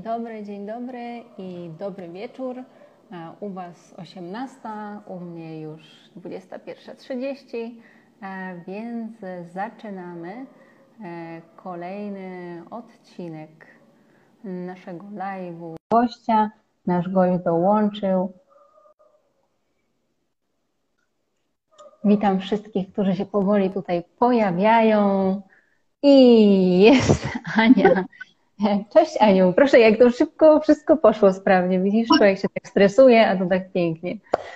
dzień dobry i dobry wieczór. U Was 18, u mnie już 21:30, więc zaczynamy kolejny odcinek naszego live'u. Nasz gość dołączył. Witam wszystkich, którzy się powoli tutaj pojawiają. I jest Ania. Cześć Aniu, proszę, jak to szybko wszystko poszło sprawnie. Widzisz, człowiek się tak stresuje, a to tak pięknie.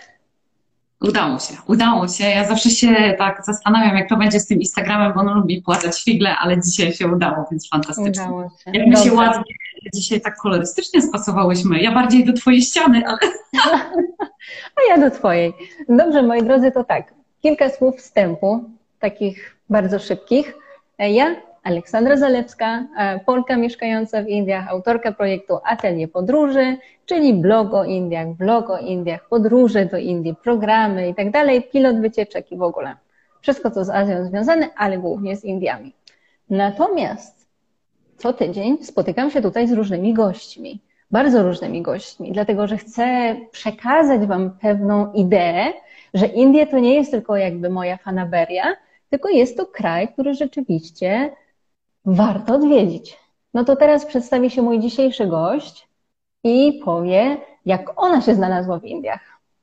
Udało się. Ja zawsze się tak zastanawiam, jak to będzie z tym Instagramem, bo on lubi płatać figle, ale dzisiaj się udało, więc fantastycznie. Udało się. Jak my się ładnie dzisiaj tak kolorystycznie spasowałyśmy. Ja bardziej do twojej ściany, ale... A ja do twojej. Dobrze, moi drodzy, to tak. Kilka słów wstępu, takich bardzo szybkich. Ja, Aleksandra Zalewska, Polka mieszkająca w Indiach, autorka projektu Atelier Podróży, czyli blog o Indiach, podróże do Indii, programy i tak dalej, pilot wycieczek i w ogóle. Wszystko, co z Azją związane, ale głównie z Indiami. Natomiast co tydzień spotykam się tutaj z różnymi gośćmi, bardzo różnymi gośćmi, dlatego że chcę przekazać Wam pewną ideę, że Indie to nie jest tylko jakby moja fanaberia, tylko jest to kraj, który rzeczywiście warto odwiedzić. No to teraz przedstawi się mój dzisiejszy gość i powie, jak ona się znalazła w Indiach.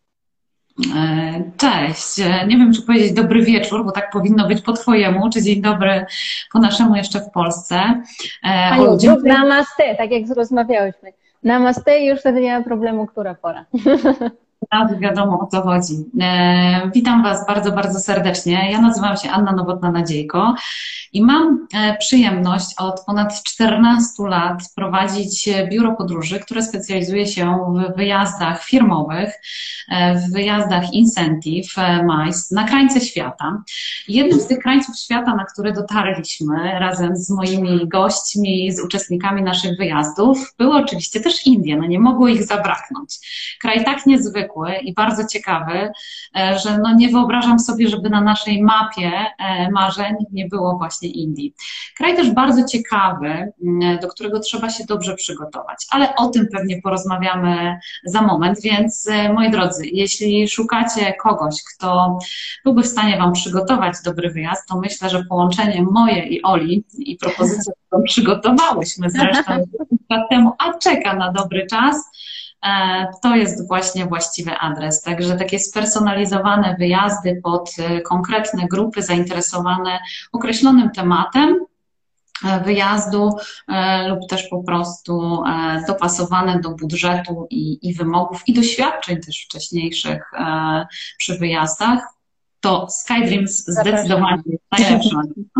Cześć. Nie wiem, czy powiedzieć dobry wieczór, bo tak powinno być po twojemu, czy dzień dobry po naszemu jeszcze w Polsce. Aniu, zrób namaste, tak jak rozmawiałyśmy. Namaste i już wtedy nie ma problemu, która pora. Tak, wiadomo, o co chodzi. Witam Was bardzo, bardzo serdecznie. Ja nazywam się Anna Nowotna-Nadziejko i mam przyjemność od ponad 14 lat prowadzić biuro podróży, które specjalizuje się w wyjazdach firmowych, w wyjazdach Incentive, MICE, na krańce świata. Jednym z tych krańców świata, na które dotarliśmy razem z moimi gośćmi, z uczestnikami naszych wyjazdów, były oczywiście też Indie. No nie mogło ich zabraknąć. Kraj tak niezwykły i bardzo ciekawy, że no nie wyobrażam sobie, żeby na naszej mapie marzeń nie było właśnie Indii. Kraj też bardzo ciekawy, do którego trzeba się dobrze przygotować, ale o tym pewnie porozmawiamy za moment, więc moi drodzy, jeśli szukacie kogoś, kto byłby w stanie Wam przygotować dobry wyjazd, to myślę, że połączenie moje i Oli i propozycję, którą przygotowałyśmy zresztą lat temu, a czeka na dobry czas, to jest właśnie właściwy adres. Także takie spersonalizowane wyjazdy pod konkretne grupy zainteresowane określonym tematem wyjazdu lub też po prostu dopasowane do budżetu i wymogów i doświadczeń też wcześniejszych przy wyjazdach. To SkyDreams zdecydowanie jest najlepszym.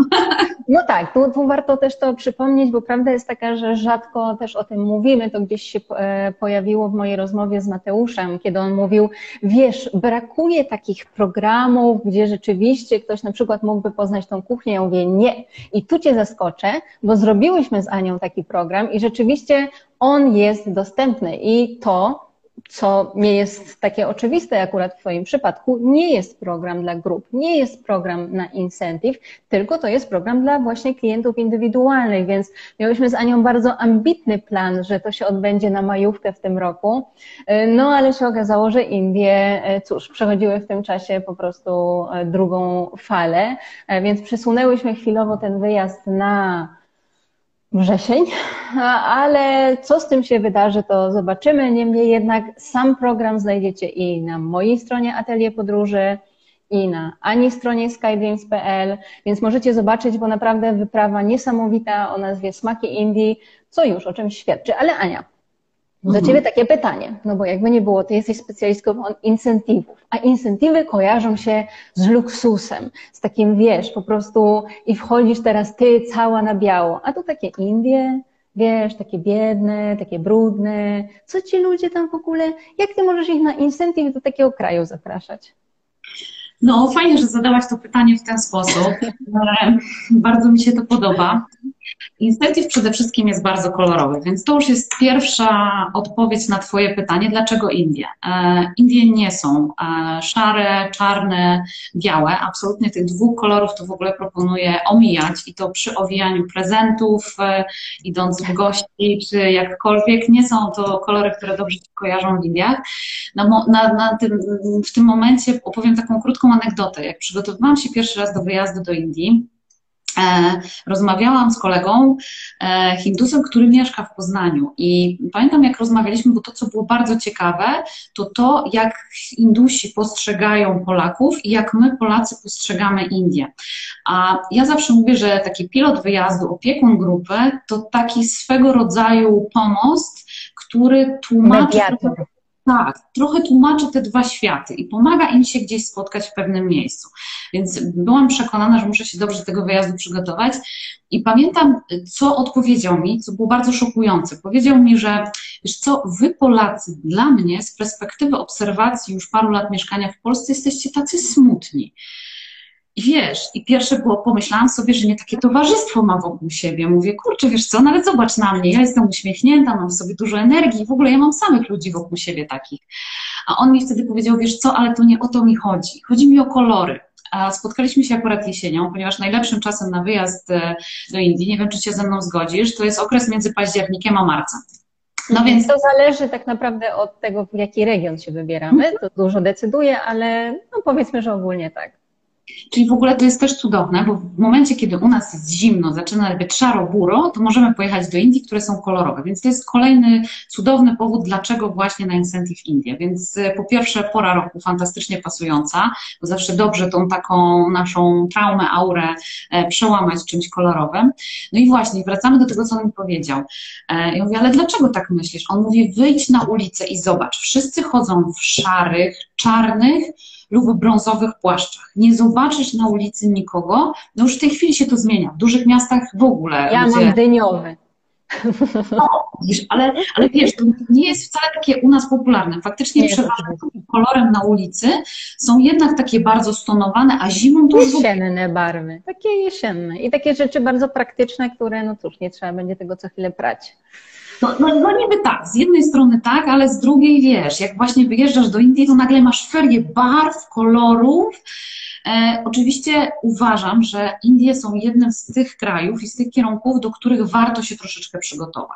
No tak, tu warto też to przypomnieć, bo prawda jest taka, że rzadko też o tym mówimy. To gdzieś się pojawiło w mojej rozmowie z Mateuszem, kiedy on mówił, wiesz, brakuje takich programów, gdzie rzeczywiście ktoś na przykład mógłby poznać tą kuchnię. Ja mówię, nie. I tu Cię zaskoczę, bo zrobiłyśmy z Anią taki program i rzeczywiście on jest dostępny i to, co nie jest takie oczywiste akurat w Twoim przypadku, nie jest program dla grup, nie jest program na incentive, tylko to jest program dla właśnie klientów indywidualnych, więc miałyśmy z Anią bardzo ambitny plan, że to się odbędzie na majówkę w tym roku, no ale się okazało, że Indie, cóż, przechodziły w tym czasie po prostu drugą falę, więc przesunęłyśmy chwilowo ten wyjazd na wrzesień, ale co z tym się wydarzy, to zobaczymy. Niemniej jednak sam program znajdziecie i na mojej stronie Atelier Podróży, i na Ani stronie skydreams.pl, więc możecie zobaczyć, bo naprawdę wyprawa niesamowita o nazwie Smaki Indii, co już o czymś świadczy. Ale Ania, do Ciebie takie pytanie, no bo jakby nie było, Ty jesteś specjalistką od incentywów, a incentywy kojarzą się z luksusem, z takim, wiesz, po prostu i wchodzisz teraz Ty cała na biało, a tu takie Indie, wiesz, takie biedne, takie brudne, co ci ludzie tam w ogóle, jak Ty możesz ich na incentyw do takiego kraju zapraszać? No fajnie, że zadałaś to pytanie w ten sposób, bardzo mi się to podoba. Incentive przede wszystkim jest bardzo kolorowy, więc to już jest pierwsza odpowiedź na Twoje pytanie, dlaczego Indie? Indie nie są szare, czarne, białe. Absolutnie tych dwóch kolorów to w ogóle proponuję omijać i to przy owijaniu prezentów, idąc w gości, czy jakkolwiek. Nie są to kolory, które dobrze się kojarzą w Indiach. W tym momencie opowiem taką krótką anegdotę. Jak przygotowywałam się pierwszy raz do wyjazdu do Indii, rozmawiałam z kolegą Hindusem, który mieszka w Poznaniu i pamiętam, jak rozmawialiśmy, bo to, co było bardzo ciekawe, to jak Hindusi postrzegają Polaków i jak my, Polacy, postrzegamy Indię. A ja zawsze mówię, że taki pilot wyjazdu, opiekun grupy, to taki swego rodzaju pomost, który tłumaczy... Tak, trochę tłumaczy te dwa światy i pomaga im się gdzieś spotkać w pewnym miejscu. Więc byłam przekonana, że muszę się dobrze do tego wyjazdu przygotować i pamiętam, co odpowiedział mi, co było bardzo szokujące. Powiedział mi, że wiesz co, wy Polacy dla mnie z perspektywy obserwacji już paru lat mieszkania w Polsce jesteście tacy smutni. I wiesz, i pierwsze było, pomyślałam sobie, że nie takie towarzystwo mam wokół siebie. Mówię, kurczę, wiesz co, no ale zobacz na mnie, ja jestem uśmiechnięta, mam w sobie dużo energii, w ogóle ja mam samych ludzi wokół siebie takich. A on mi wtedy powiedział, wiesz co, ale to nie o to mi chodzi. Chodzi mi o kolory. A spotkaliśmy się akurat jesienią, ponieważ najlepszym czasem na wyjazd do Indii, nie wiem, czy się ze mną zgodzisz, to jest okres między październikiem a marcem. No więc to zależy tak naprawdę od tego, w jaki region się wybieramy. To dużo decyduje, ale no powiedzmy, że ogólnie tak. Czyli w ogóle to jest też cudowne, bo w momencie, kiedy u nas jest zimno, zaczyna być szaro-buro, to możemy pojechać do Indii, które są kolorowe. Więc to jest kolejny cudowny powód, dlaczego właśnie na Incentive Indie. Więc po pierwsze pora roku fantastycznie pasująca, bo zawsze dobrze tą taką naszą traumę, aurę przełamać czymś kolorowym. No i właśnie, wracamy do tego, co on mi powiedział. Ja mówię, ale dlaczego tak myślisz? On mówi, wyjdź na ulicę i zobacz, wszyscy chodzą w szarych, czarnych lub brązowych płaszczach. Nie zobaczysz na ulicy nikogo, no już w tej chwili się to zmienia. W dużych miastach w ogóle. Ja mam dyniowy. No, ale wiesz, to nie jest wcale takie u nas popularne. Faktycznie przeważającym kolorem na ulicy są jednak takie bardzo stonowane, a zimą to już... Jesienne barwy, takie jesienne. I takie rzeczy bardzo praktyczne, które, no cóż, nie trzeba będzie tego co chwilę prać. No niby tak, z jednej strony tak, ale z drugiej wiesz, jak właśnie wyjeżdżasz do Indii, to nagle masz ferię barw, kolorów. Oczywiście uważam, że Indie są jednym z tych krajów i z tych kierunków, do których warto się troszeczkę przygotować.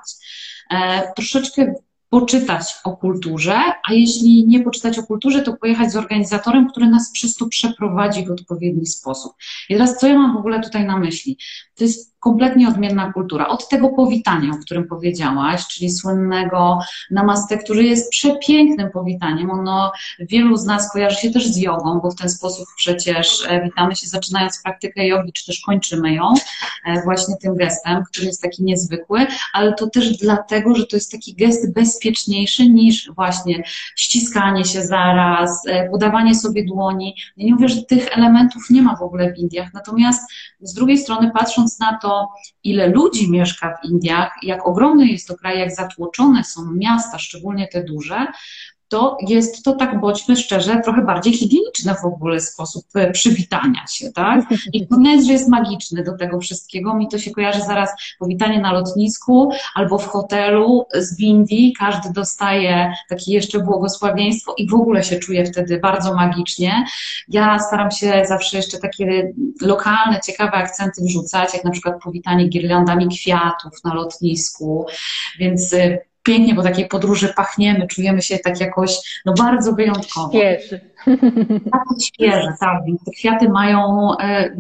Troszeczkę poczytać o kulturze, a jeśli nie poczytać o kulturze, to pojechać z organizatorem, który nas przez to przeprowadzi w odpowiedni sposób. I teraz co ja mam w ogóle tutaj na myśli? To jest kompletnie odmienna kultura. Od tego powitania, o którym powiedziałaś, czyli słynnego namaste, który jest przepięknym powitaniem. Ono wielu z nas kojarzy się też z jogą, bo w ten sposób przecież witamy się zaczynając praktykę jogi, czy też kończymy ją właśnie tym gestem, który jest taki niezwykły, ale to też dlatego, że to jest taki gest bezpieczniejszy niż właśnie ściskanie się zaraz, podawanie sobie dłoni. Ja nie mówię, że tych elementów nie ma w ogóle w Indiach, natomiast z drugiej strony patrząc na to, ile ludzi mieszka w Indiach, jak ogromny jest to kraj, jak zatłoczone są miasta, szczególnie te duże, to jest to, tak bądźmy szczerze, trochę bardziej higieniczny w ogóle sposób przywitania się, tak? I to nie jest, że jest magiczny do tego wszystkiego. Mi to się kojarzy zaraz powitanie na lotnisku albo w hotelu z Indii. Każdy dostaje takie jeszcze błogosławieństwo i w ogóle się czuje wtedy bardzo magicznie. Ja staram się zawsze jeszcze takie lokalne, ciekawe akcenty wrzucać, jak na przykład powitanie girlandami kwiatów na lotnisku, więc pięknie po takiej podróży pachniemy, czujemy się tak jakoś no bardzo wyjątkowo. Świeży. Tak, świeże, tak. Więc te kwiaty mają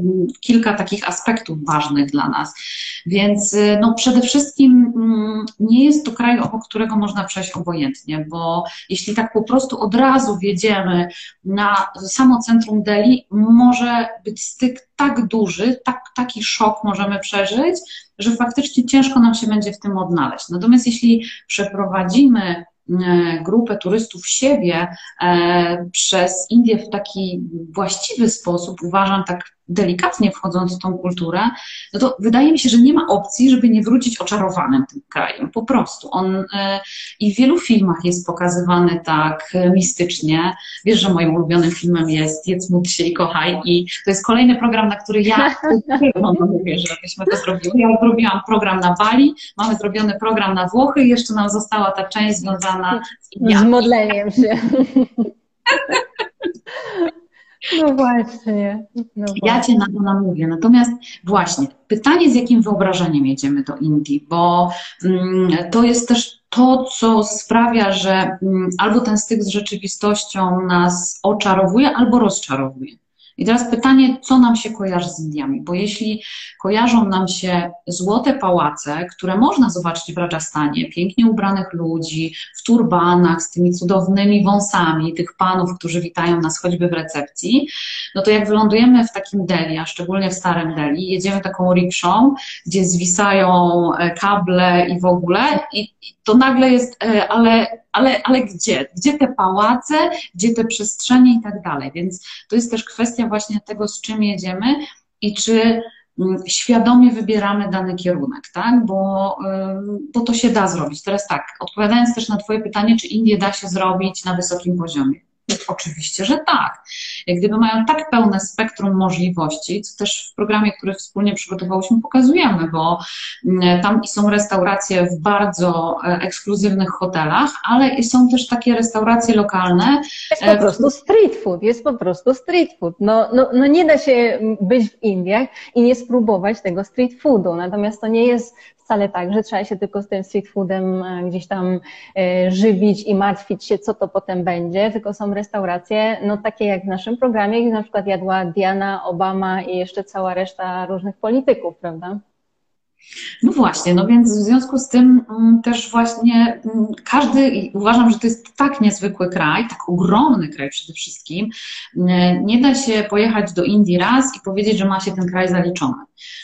kilka takich aspektów ważnych dla nas. Więc no przede wszystkim nie jest to kraj, obok którego można przejść obojętnie, bo jeśli tak po prostu od razu wjedziemy na samo centrum Delhi, może być styk tak duży, taki szok możemy przeżyć, że faktycznie ciężko nam się będzie w tym odnaleźć. Natomiast jeśli przeprowadzimy grupę turystów siebie przez Indię w taki właściwy sposób, uważam tak delikatnie wchodząc w tą kulturę, no to wydaje mi się, że nie ma opcji, żeby nie wrócić oczarowanym tym krajem. Po prostu. On i w wielu filmach jest pokazywany tak mistycznie. Wiesz, że moim ulubionym filmem jest Jedz, módl się i kochaj. I to jest kolejny program, na który ja mówię, żebyśmy to zrobiły. Ja zrobiłam program na Bali, mamy zrobiony program na Włochy i jeszcze nam została ta część związana z modleniem się. No właśnie. Ja Cię na to namówię. Natomiast właśnie, pytanie, z jakim wyobrażeniem jedziemy do Indii, bo to jest też to, co sprawia, że albo ten styk z rzeczywistością nas oczarowuje, albo rozczarowuje. I teraz pytanie, co nam się kojarzy z Indiami? Bo jeśli kojarzą nam się złote pałace, które można zobaczyć w Rajasthanie, pięknie ubranych ludzi, w turbanach, z tymi cudownymi wąsami, tych panów, którzy witają nas choćby w recepcji, no to jak wylądujemy w takim Delhi, a szczególnie w starym Delhi, jedziemy taką rikszą, gdzie zwisają kable i w ogóle, i to nagle jest, ale gdzie? Gdzie te pałace, gdzie te przestrzenie i tak dalej. Więc to jest też kwestia właśnie tego, z czym jedziemy i czy świadomie wybieramy dany kierunek, tak? Bo to się da zrobić. Teraz tak, odpowiadając też na Twoje pytanie, czy Indie da się zrobić na wysokim poziomie? Oczywiście, że tak. Jak gdyby mają tak pełne spektrum możliwości, co też w programie, który wspólnie przygotowałyśmy, pokazujemy, bo tam są restauracje w bardzo ekskluzywnych hotelach, ale są też takie restauracje lokalne. Jest po prostu street food, jest po prostu street food. No nie da się być w Indiach i nie spróbować tego street foodu, natomiast to nie jest wcale tak, że trzeba się tylko z tym street foodem gdzieś tam żywić i martwić się, co to potem będzie, tylko są restauracje, no takie jak w naszym programie, gdzie na przykład jadła Diana, Obama i jeszcze cała reszta różnych polityków, prawda? No właśnie, no więc w związku z tym też właśnie uważam, że to jest tak niezwykły kraj, tak ogromny kraj przede wszystkim, nie da się pojechać do Indii raz i powiedzieć, że ma się ten kraj zaliczony.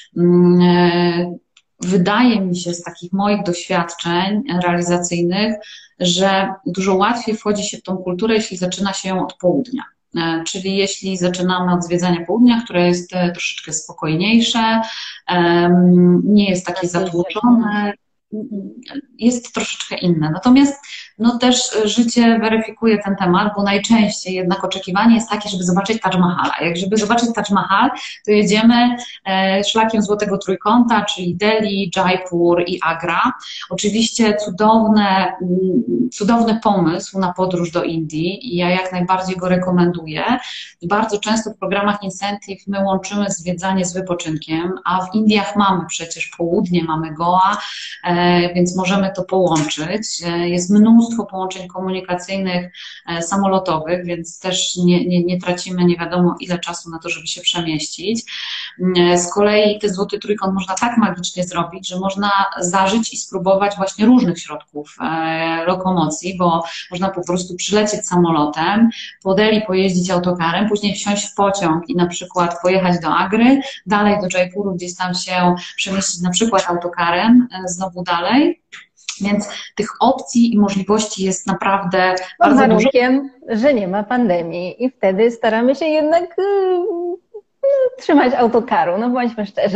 Wydaje mi się z takich moich doświadczeń realizacyjnych, że dużo łatwiej wchodzi się w tą kulturę, jeśli zaczyna się ją od południa. Czyli jeśli zaczynamy od zwiedzania południa, które jest troszeczkę spokojniejsze, nie jest takie zatłoczone, jest troszeczkę inne. Natomiast no też życie weryfikuje ten temat, bo najczęściej jednak oczekiwanie jest takie, żeby zobaczyć Taj Mahala. Jak żeby zobaczyć Taj Mahal, to jedziemy szlakiem Złotego Trójkąta, czyli Delhi, Jaipur i Agra. Oczywiście cudowny pomysł na podróż do Indii i ja jak najbardziej go rekomenduję. Bardzo często w programach Incentive my łączymy zwiedzanie z wypoczynkiem, a w Indiach mamy przecież południe, mamy Goa, więc możemy to połączyć. Jest mnóstwo połączeń komunikacyjnych, samolotowych, więc też nie tracimy nie wiadomo ile czasu na to, żeby się przemieścić. Z kolei ten Złoty Trójkąt można tak magicznie zrobić, że można zażyć i spróbować właśnie różnych środków lokomocji, bo można po prostu przylecieć samolotem, po Delhi pojeździć autokarem, później wsiąść w pociąg i na przykład pojechać do Agry, dalej do Jaipuru, gdzieś tam się przemieścić na przykład autokarem, znowu dalej. Więc tych opcji i możliwości jest naprawdę bardzo dużo. Pod warunkiem, że nie ma pandemii i wtedy staramy się jednak trzymać autokaru, no bądźmy szczerzy.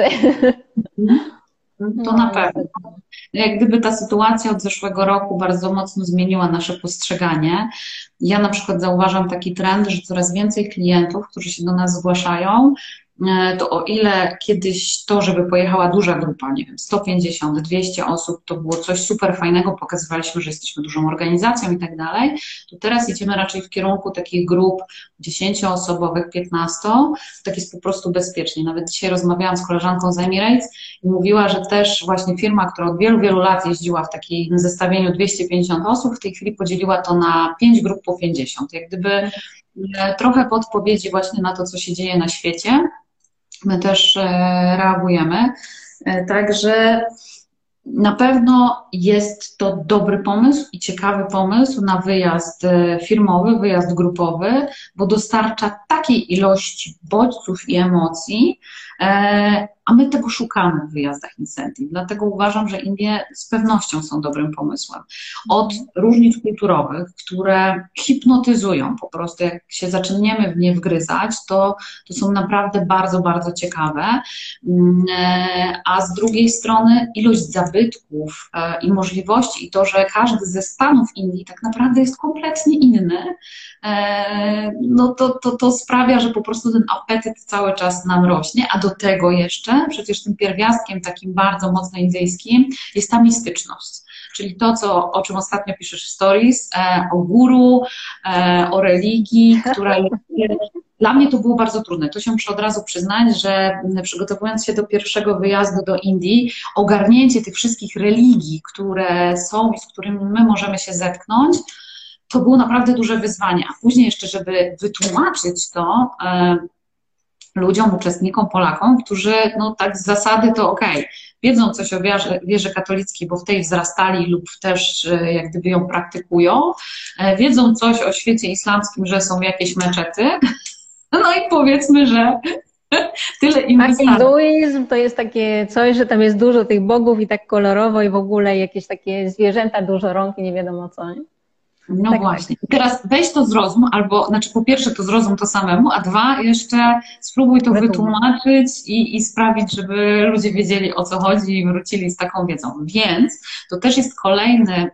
To na pewno. Jak gdyby ta sytuacja od zeszłego roku bardzo mocno zmieniła nasze postrzeganie. Ja na przykład zauważam taki trend, że coraz więcej klientów, którzy się do nas zgłaszają, to o ile kiedyś to, żeby pojechała duża grupa, nie wiem, 150, 200 osób, to było coś super fajnego, pokazywaliśmy, że jesteśmy dużą organizacją i tak dalej, to teraz idziemy raczej w kierunku takich grup 10-osobowych, 15, tak jest po prostu bezpiecznie. Nawet dzisiaj rozmawiałam z koleżanką z Emirates i mówiła, że też właśnie firma, która od wielu, wielu lat jeździła w takim zestawieniu 250 osób, w tej chwili podzieliła to na 5 grup po 50. Jak gdyby trochę podpowiedzi właśnie na to, co się dzieje na świecie. My też reagujemy. Także na pewno jest to dobry pomysł i ciekawy pomysł na wyjazd firmowy, wyjazd grupowy, bo dostarcza takiej ilości bodźców i emocji, a my tego szukamy w wyjazdach incentive. Dlatego uważam, że Indie z pewnością są dobrym pomysłem. Od różnic kulturowych, które hipnotyzują po prostu, jak się zaczniemy w nie wgryzać, to są naprawdę bardzo, bardzo ciekawe. A z drugiej strony ilość zabytków i możliwości i to, że każdy ze stanów Indii tak naprawdę jest kompletnie inny, no to sprawia, że po prostu ten apetyt cały czas nam rośnie, a do tego jeszcze przecież tym pierwiastkiem takim bardzo mocno indyjskim jest ta mistyczność. Czyli to, o czym ostatnio piszesz w stories, o guru, o religii, która dla mnie to było bardzo trudne. To się muszę od razu przyznać, że przygotowując się do pierwszego wyjazdu do Indii, ogarnięcie tych wszystkich religii, które są i z którymi my możemy się zetknąć, to było naprawdę duże wyzwanie. A później jeszcze, żeby wytłumaczyć to ludziom, uczestnikom, Polakom, którzy no tak z zasady to wiedzą coś o wierze katolickiej, bo w tej wzrastali lub też jak gdyby ją praktykują, wiedzą coś o świecie islamskim, że są jakieś meczety, no i powiedzmy, że tyle im wystarczy. A hinduizm to jest takie coś, że tam jest dużo tych bogów i tak kolorowo i w ogóle jakieś takie zwierzęta, dużo rąk i nie wiadomo co. Nie? No tak, właśnie. I teraz weź to zrozum, znaczy po pierwsze to zrozum to samemu, a dwa jeszcze spróbuj to wytłumaczyć i sprawić, żeby ludzie wiedzieli, o co chodzi i wrócili z taką wiedzą. Więc to też jest kolejny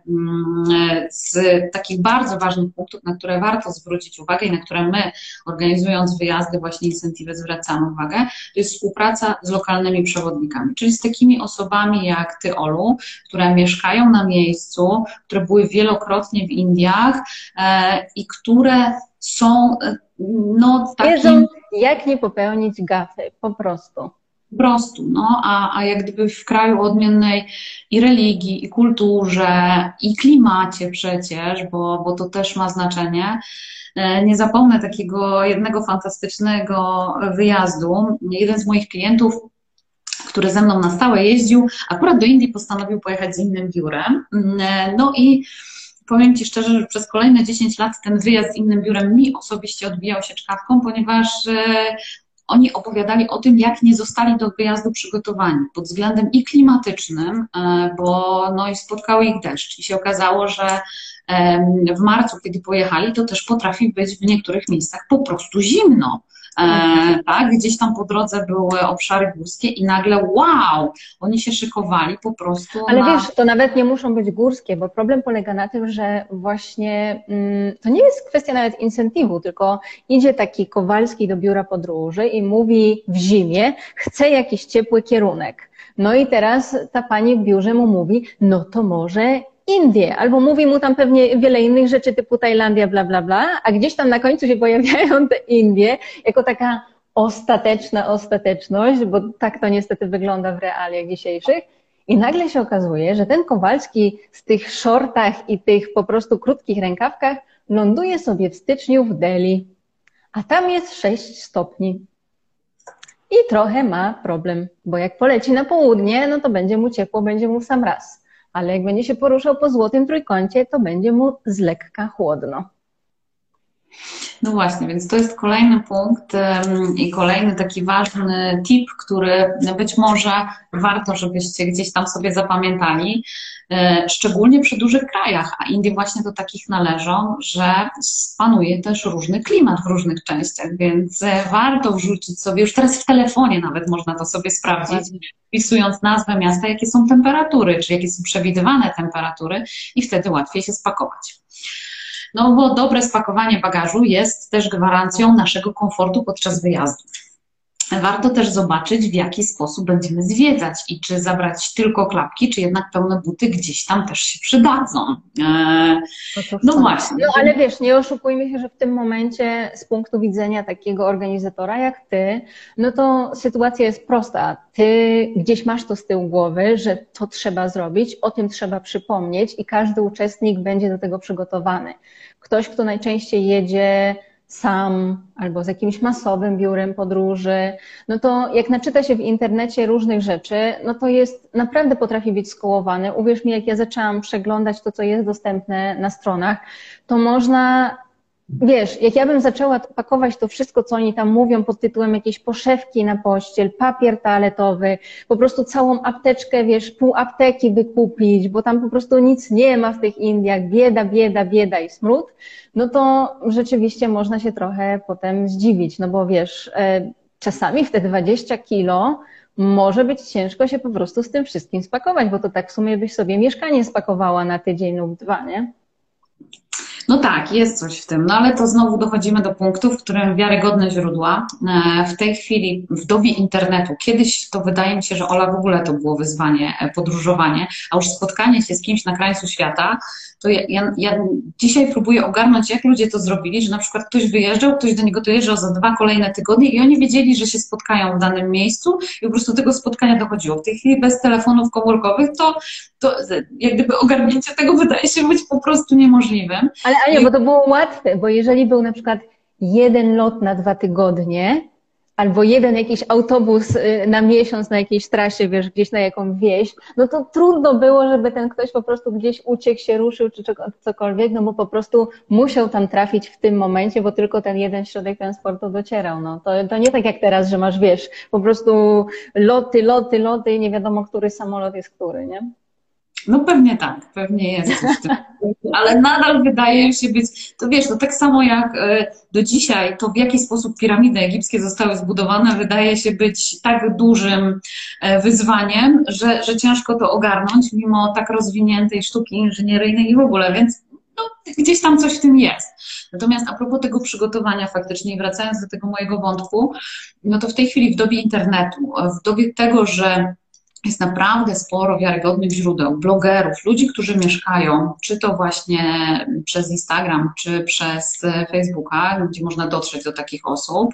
z takich bardzo ważnych punktów, na które warto zwrócić uwagę i na które my, organizując wyjazdy właśnie Incentive, zwracamy uwagę, to jest współpraca z lokalnymi przewodnikami, czyli z takimi osobami jak ty, Olu, które mieszkają na miejscu, które były wielokrotnie w Indiach, i które są takim... Wiedzą, jak nie popełnić gafy, po prostu. Po prostu, a jak gdyby w kraju o odmiennej i religii, i kulturze, i klimacie przecież, bo to też ma znaczenie. Nie zapomnę takiego jednego fantastycznego wyjazdu. Jeden z moich klientów, który ze mną na stałe jeździł, akurat do Indii postanowił pojechać z innym biurem. No i powiem Ci szczerze, że przez kolejne 10 lat ten wyjazd z innym biurem mi osobiście odbijał się czkawką, ponieważ oni opowiadali o tym, jak nie zostali do wyjazdu przygotowani pod względem i klimatycznym, bo i spotkały ich deszcz i się okazało, że w marcu, kiedy pojechali, to też potrafi być w niektórych miejscach po prostu zimno. Tak, gdzieś tam po drodze były obszary górskie i nagle wow, oni się szykowali po prostu. Ale wiesz, to nawet nie muszą być górskie, bo problem polega na tym, że właśnie to nie jest kwestia nawet incentywu, tylko idzie taki Kowalski do biura podróży i mówi w zimie, chce jakiś ciepły kierunek. No i teraz ta pani w biurze mu mówi, no to może Indie, albo mówi mu tam pewnie wiele innych rzeczy typu Tajlandia, bla, bla, bla, a gdzieś tam na końcu się pojawiają te Indie jako taka ostateczna ostateczność, bo tak to niestety wygląda w realiach dzisiejszych i nagle się okazuje, że ten Kowalski z tych shortach i tych po prostu krótkich rękawkach ląduje sobie w styczniu w Delhi, a tam jest 6 stopni. I trochę ma problem, bo jak poleci na południe, no to będzie mu ciepło, będzie mu w sam raz. Ale jak będzie się poruszał po złotym trójkącie, to będzie mu z lekka chłodno. No właśnie, więc to jest kolejny punkt i kolejny taki ważny tip, który być może warto, żebyście gdzieś tam sobie zapamiętali, szczególnie przy dużych krajach, a Indie właśnie do takich należą, że panuje też różny klimat w różnych częściach, więc warto wrzucić sobie, już teraz w telefonie nawet można to sobie sprawdzić, wpisując nazwę miasta, jakie są temperatury, czy jakie są przewidywane temperatury i wtedy łatwiej się spakować. No bo dobre spakowanie bagażu jest też gwarancją naszego komfortu podczas wyjazdu. Warto też zobaczyć, w jaki sposób będziemy zwiedzać i czy zabrać tylko klapki, czy jednak pełne buty gdzieś tam też się przydadzą. No właśnie. No ale wiesz, nie oszukujmy się, że w tym momencie z punktu widzenia takiego organizatora jak ty, no to sytuacja jest prosta. Ty gdzieś masz to z tyłu głowy, że to trzeba zrobić, o tym trzeba przypomnieć i każdy uczestnik będzie do tego przygotowany. Ktoś, kto najczęściej jedzie sam albo z jakimś masowym biurem podróży, no to jak naczyta się w internecie różnych rzeczy, no to jest, naprawdę potrafi być skołowany. Uwierz mi, jak ja zaczęłam przeglądać to, co jest dostępne na stronach, to można Wiesz, jak ja bym zaczęła pakować to wszystko, co oni tam mówią pod tytułem jakieś poszewki na pościel, papier toaletowy, po prostu całą apteczkę, wiesz, pół apteki wykupić, bo tam po prostu nic nie ma w tych Indiach, bieda, bieda, bieda i smród, no to rzeczywiście można się trochę potem zdziwić, no bo wiesz, czasami w te 20 kilo może być ciężko się po prostu z tym wszystkim spakować, bo to tak w sumie byś sobie mieszkanie spakowała na tydzień lub dwa, nie? No tak, jest coś w tym, no ale to znowu dochodzimy do punktu, w którym wiarygodne źródła w tej chwili, w dobie internetu, kiedyś to wydaje mi się, że Ola w ogóle to było wyzwanie, podróżowanie, a już spotkanie się z kimś na krańcu świata, to ja dzisiaj próbuję ogarnąć, jak ludzie to zrobili, że na przykład ktoś wyjeżdżał, ktoś do niego dojeżdżał za 2 kolejne tygodnie i oni wiedzieli, że się spotkają w danym miejscu i po prostu do tego spotkania dochodziło. W tej chwili bez telefonów komórkowych to jak gdyby ogarnięcie tego wydaje się być po prostu niemożliwym. Ale bo to było łatwe, bo jeżeli był na przykład jeden lot na 2 tygodnie, albo jeden jakiś autobus na miesiąc na jakiejś trasie, wiesz, gdzieś na jakąś wieś, no to trudno było, żeby ten ktoś po prostu gdzieś uciekł, się ruszył, czy cokolwiek, no bo po prostu musiał tam trafić w tym momencie, bo tylko ten jeden środek transportu docierał, no. To nie tak jak teraz, że masz, wiesz, po prostu loty i nie wiadomo, który samolot jest który, nie? No pewnie tak, pewnie jest coś w tym. Ale nadal wydaje się być, to wiesz, to tak samo jak do dzisiaj, to w jaki sposób piramidy egipskie zostały zbudowane, wydaje się być tak dużym wyzwaniem, że ciężko to ogarnąć, mimo tak rozwiniętej sztuki inżynieryjnej i w ogóle, więc no, gdzieś tam coś w tym jest. Natomiast a propos tego przygotowania faktycznie, wracając do tego mojego wątku, no to w tej chwili w dobie internetu, w dobie tego, że jest naprawdę sporo wiarygodnych źródeł, blogerów, ludzi, którzy mieszkają, czy to właśnie przez Instagram, czy przez Facebooka, gdzie można dotrzeć do takich osób,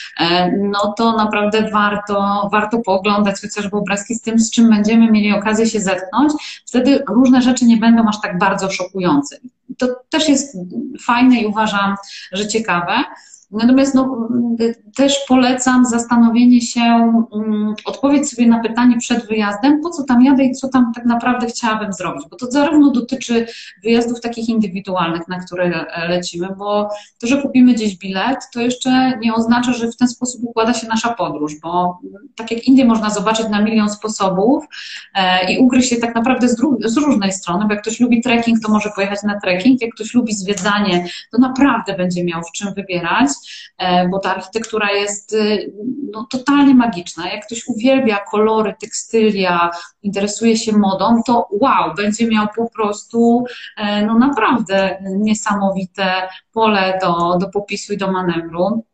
no to naprawdę warto pooglądać chociażby obrazki z tym, z czym będziemy mieli okazję się zetknąć. Wtedy różne rzeczy nie będą aż tak bardzo szokujące. To też jest fajne i uważam, że ciekawe. Natomiast no, też polecam zastanowienie się, odpowiedź sobie na pytanie przed wyjazdem, po co tam jadę i co tam tak naprawdę chciałabym zrobić, bo to zarówno dotyczy wyjazdów takich indywidualnych, na które lecimy, bo to, że kupimy gdzieś bilet, to jeszcze nie oznacza, że w ten sposób układa się nasza podróż, bo tak jak Indie można zobaczyć na milion sposobów i ugryźć się tak naprawdę z różnej strony, bo jak ktoś lubi trekking, to może pojechać na trekking, jak ktoś lubi zwiedzanie, to naprawdę będzie miał w czym wybierać, bo ta architektura jest no, totalnie magiczna. Jak ktoś uwielbia kolory, tekstylia, interesuje się modą, to wow, będzie miał po prostu no naprawdę niesamowite pole do popisu i do manewru.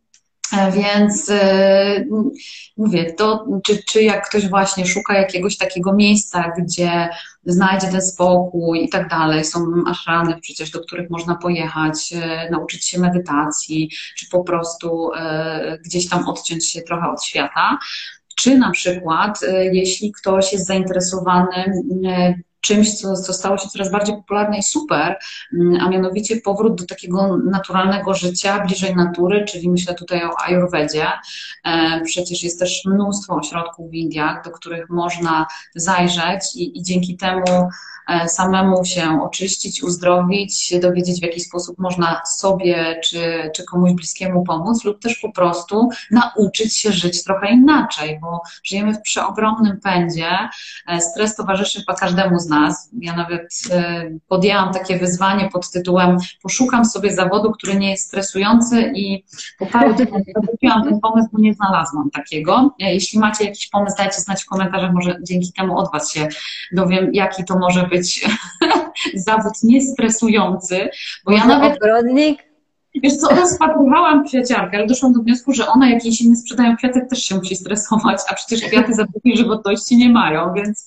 Więc mówię, to czy jak ktoś właśnie szuka jakiegoś takiego miejsca, gdzie znajdzie ten spokój i tak dalej, są ashramy przecież, do których można pojechać, nauczyć się medytacji, czy po prostu gdzieś tam odciąć się trochę od świata, czy na przykład jeśli ktoś jest zainteresowany czymś, co stało się coraz bardziej popularne i super, a mianowicie powrót do takiego naturalnego życia, bliżej natury, czyli myślę tutaj o Ajurwedzie. Przecież jest też mnóstwo ośrodków w Indiach, do których można zajrzeć i dzięki temu samemu się oczyścić, uzdrowić, dowiedzieć, w jaki sposób można sobie czy komuś bliskiemu pomóc, lub też po prostu nauczyć się żyć trochę inaczej, bo żyjemy w przeogromnym pędzie. Stres towarzyszy chyba każdemu z nas. Ja nawet podjęłam takie wyzwanie pod tytułem poszukam sobie zawodu, który nie jest stresujący i po paru dniach zawróciłam ten pomysł, bo nie znalazłam takiego. Jeśli macie jakiś pomysł, dajcie znać w komentarzach, może dzięki temu od Was się dowiem, jaki to może być zawód niestresujący, bo ja nawet... Ogrodnik? Wiesz co, rozpatrywałam kwiaciarkę, ale doszłam do wniosku, że ona, jak jej się nie sprzedają kwiatek, też się musi stresować, a przecież kwiaty za takiej żywotności nie mają, więc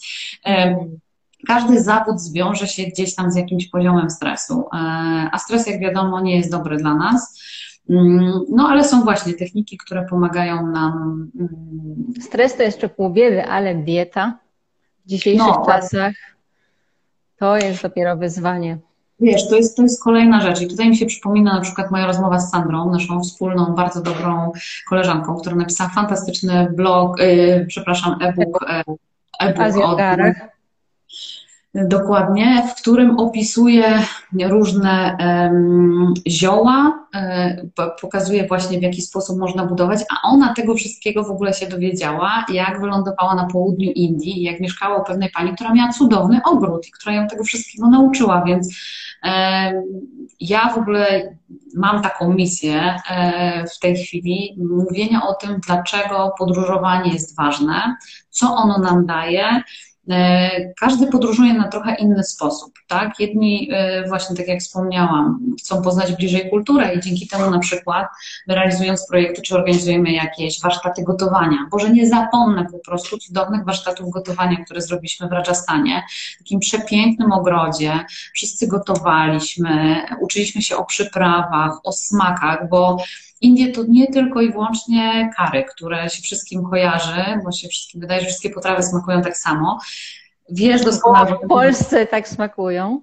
każdy zawód zwiąże się gdzieś tam z jakimś poziomem stresu, a stres, jak wiadomo, nie jest dobry dla nas. No ale są właśnie techniki, które pomagają nam... Stres to jeszcze pół biedy, ale dieta w dzisiejszych czasach to jest dopiero wyzwanie. Wiesz, to jest kolejna rzecz i tutaj mi się przypomina na przykład moja rozmowa z Sandrą, naszą wspólną, bardzo dobrą koleżanką, która napisała fantastyczny blog, e-book o... Dokładnie, w którym opisuje różne zioła, pokazuje właśnie w jaki sposób można budować, a ona tego wszystkiego w ogóle się dowiedziała, jak wylądowała na południu Indii, jak mieszkała u pewnej pani, która miała cudowny ogród i która ją tego wszystkiego nauczyła, więc ja w ogóle mam taką misję w tej chwili mówienia o tym, dlaczego podróżowanie jest ważne, co ono nam daje. Każdy podróżuje na trochę inny sposób, tak? Jedni, właśnie tak jak wspomniałam, chcą poznać bliżej kulturę i dzięki temu na przykład realizując projekty, czy organizujemy jakieś warsztaty gotowania. Boże, nie zapomnę po prostu cudownych warsztatów gotowania, które zrobiliśmy w Rajasthanie, w takim przepięknym ogrodzie. Wszyscy gotowaliśmy, uczyliśmy się o przyprawach, o smakach, bo Indie to nie tylko i wyłącznie kary, które się wszystkim kojarzy, bo się wszystkim wydaje, że wszystkie potrawy smakują tak samo. Wiesz doskonale, że w Polsce tak smakują.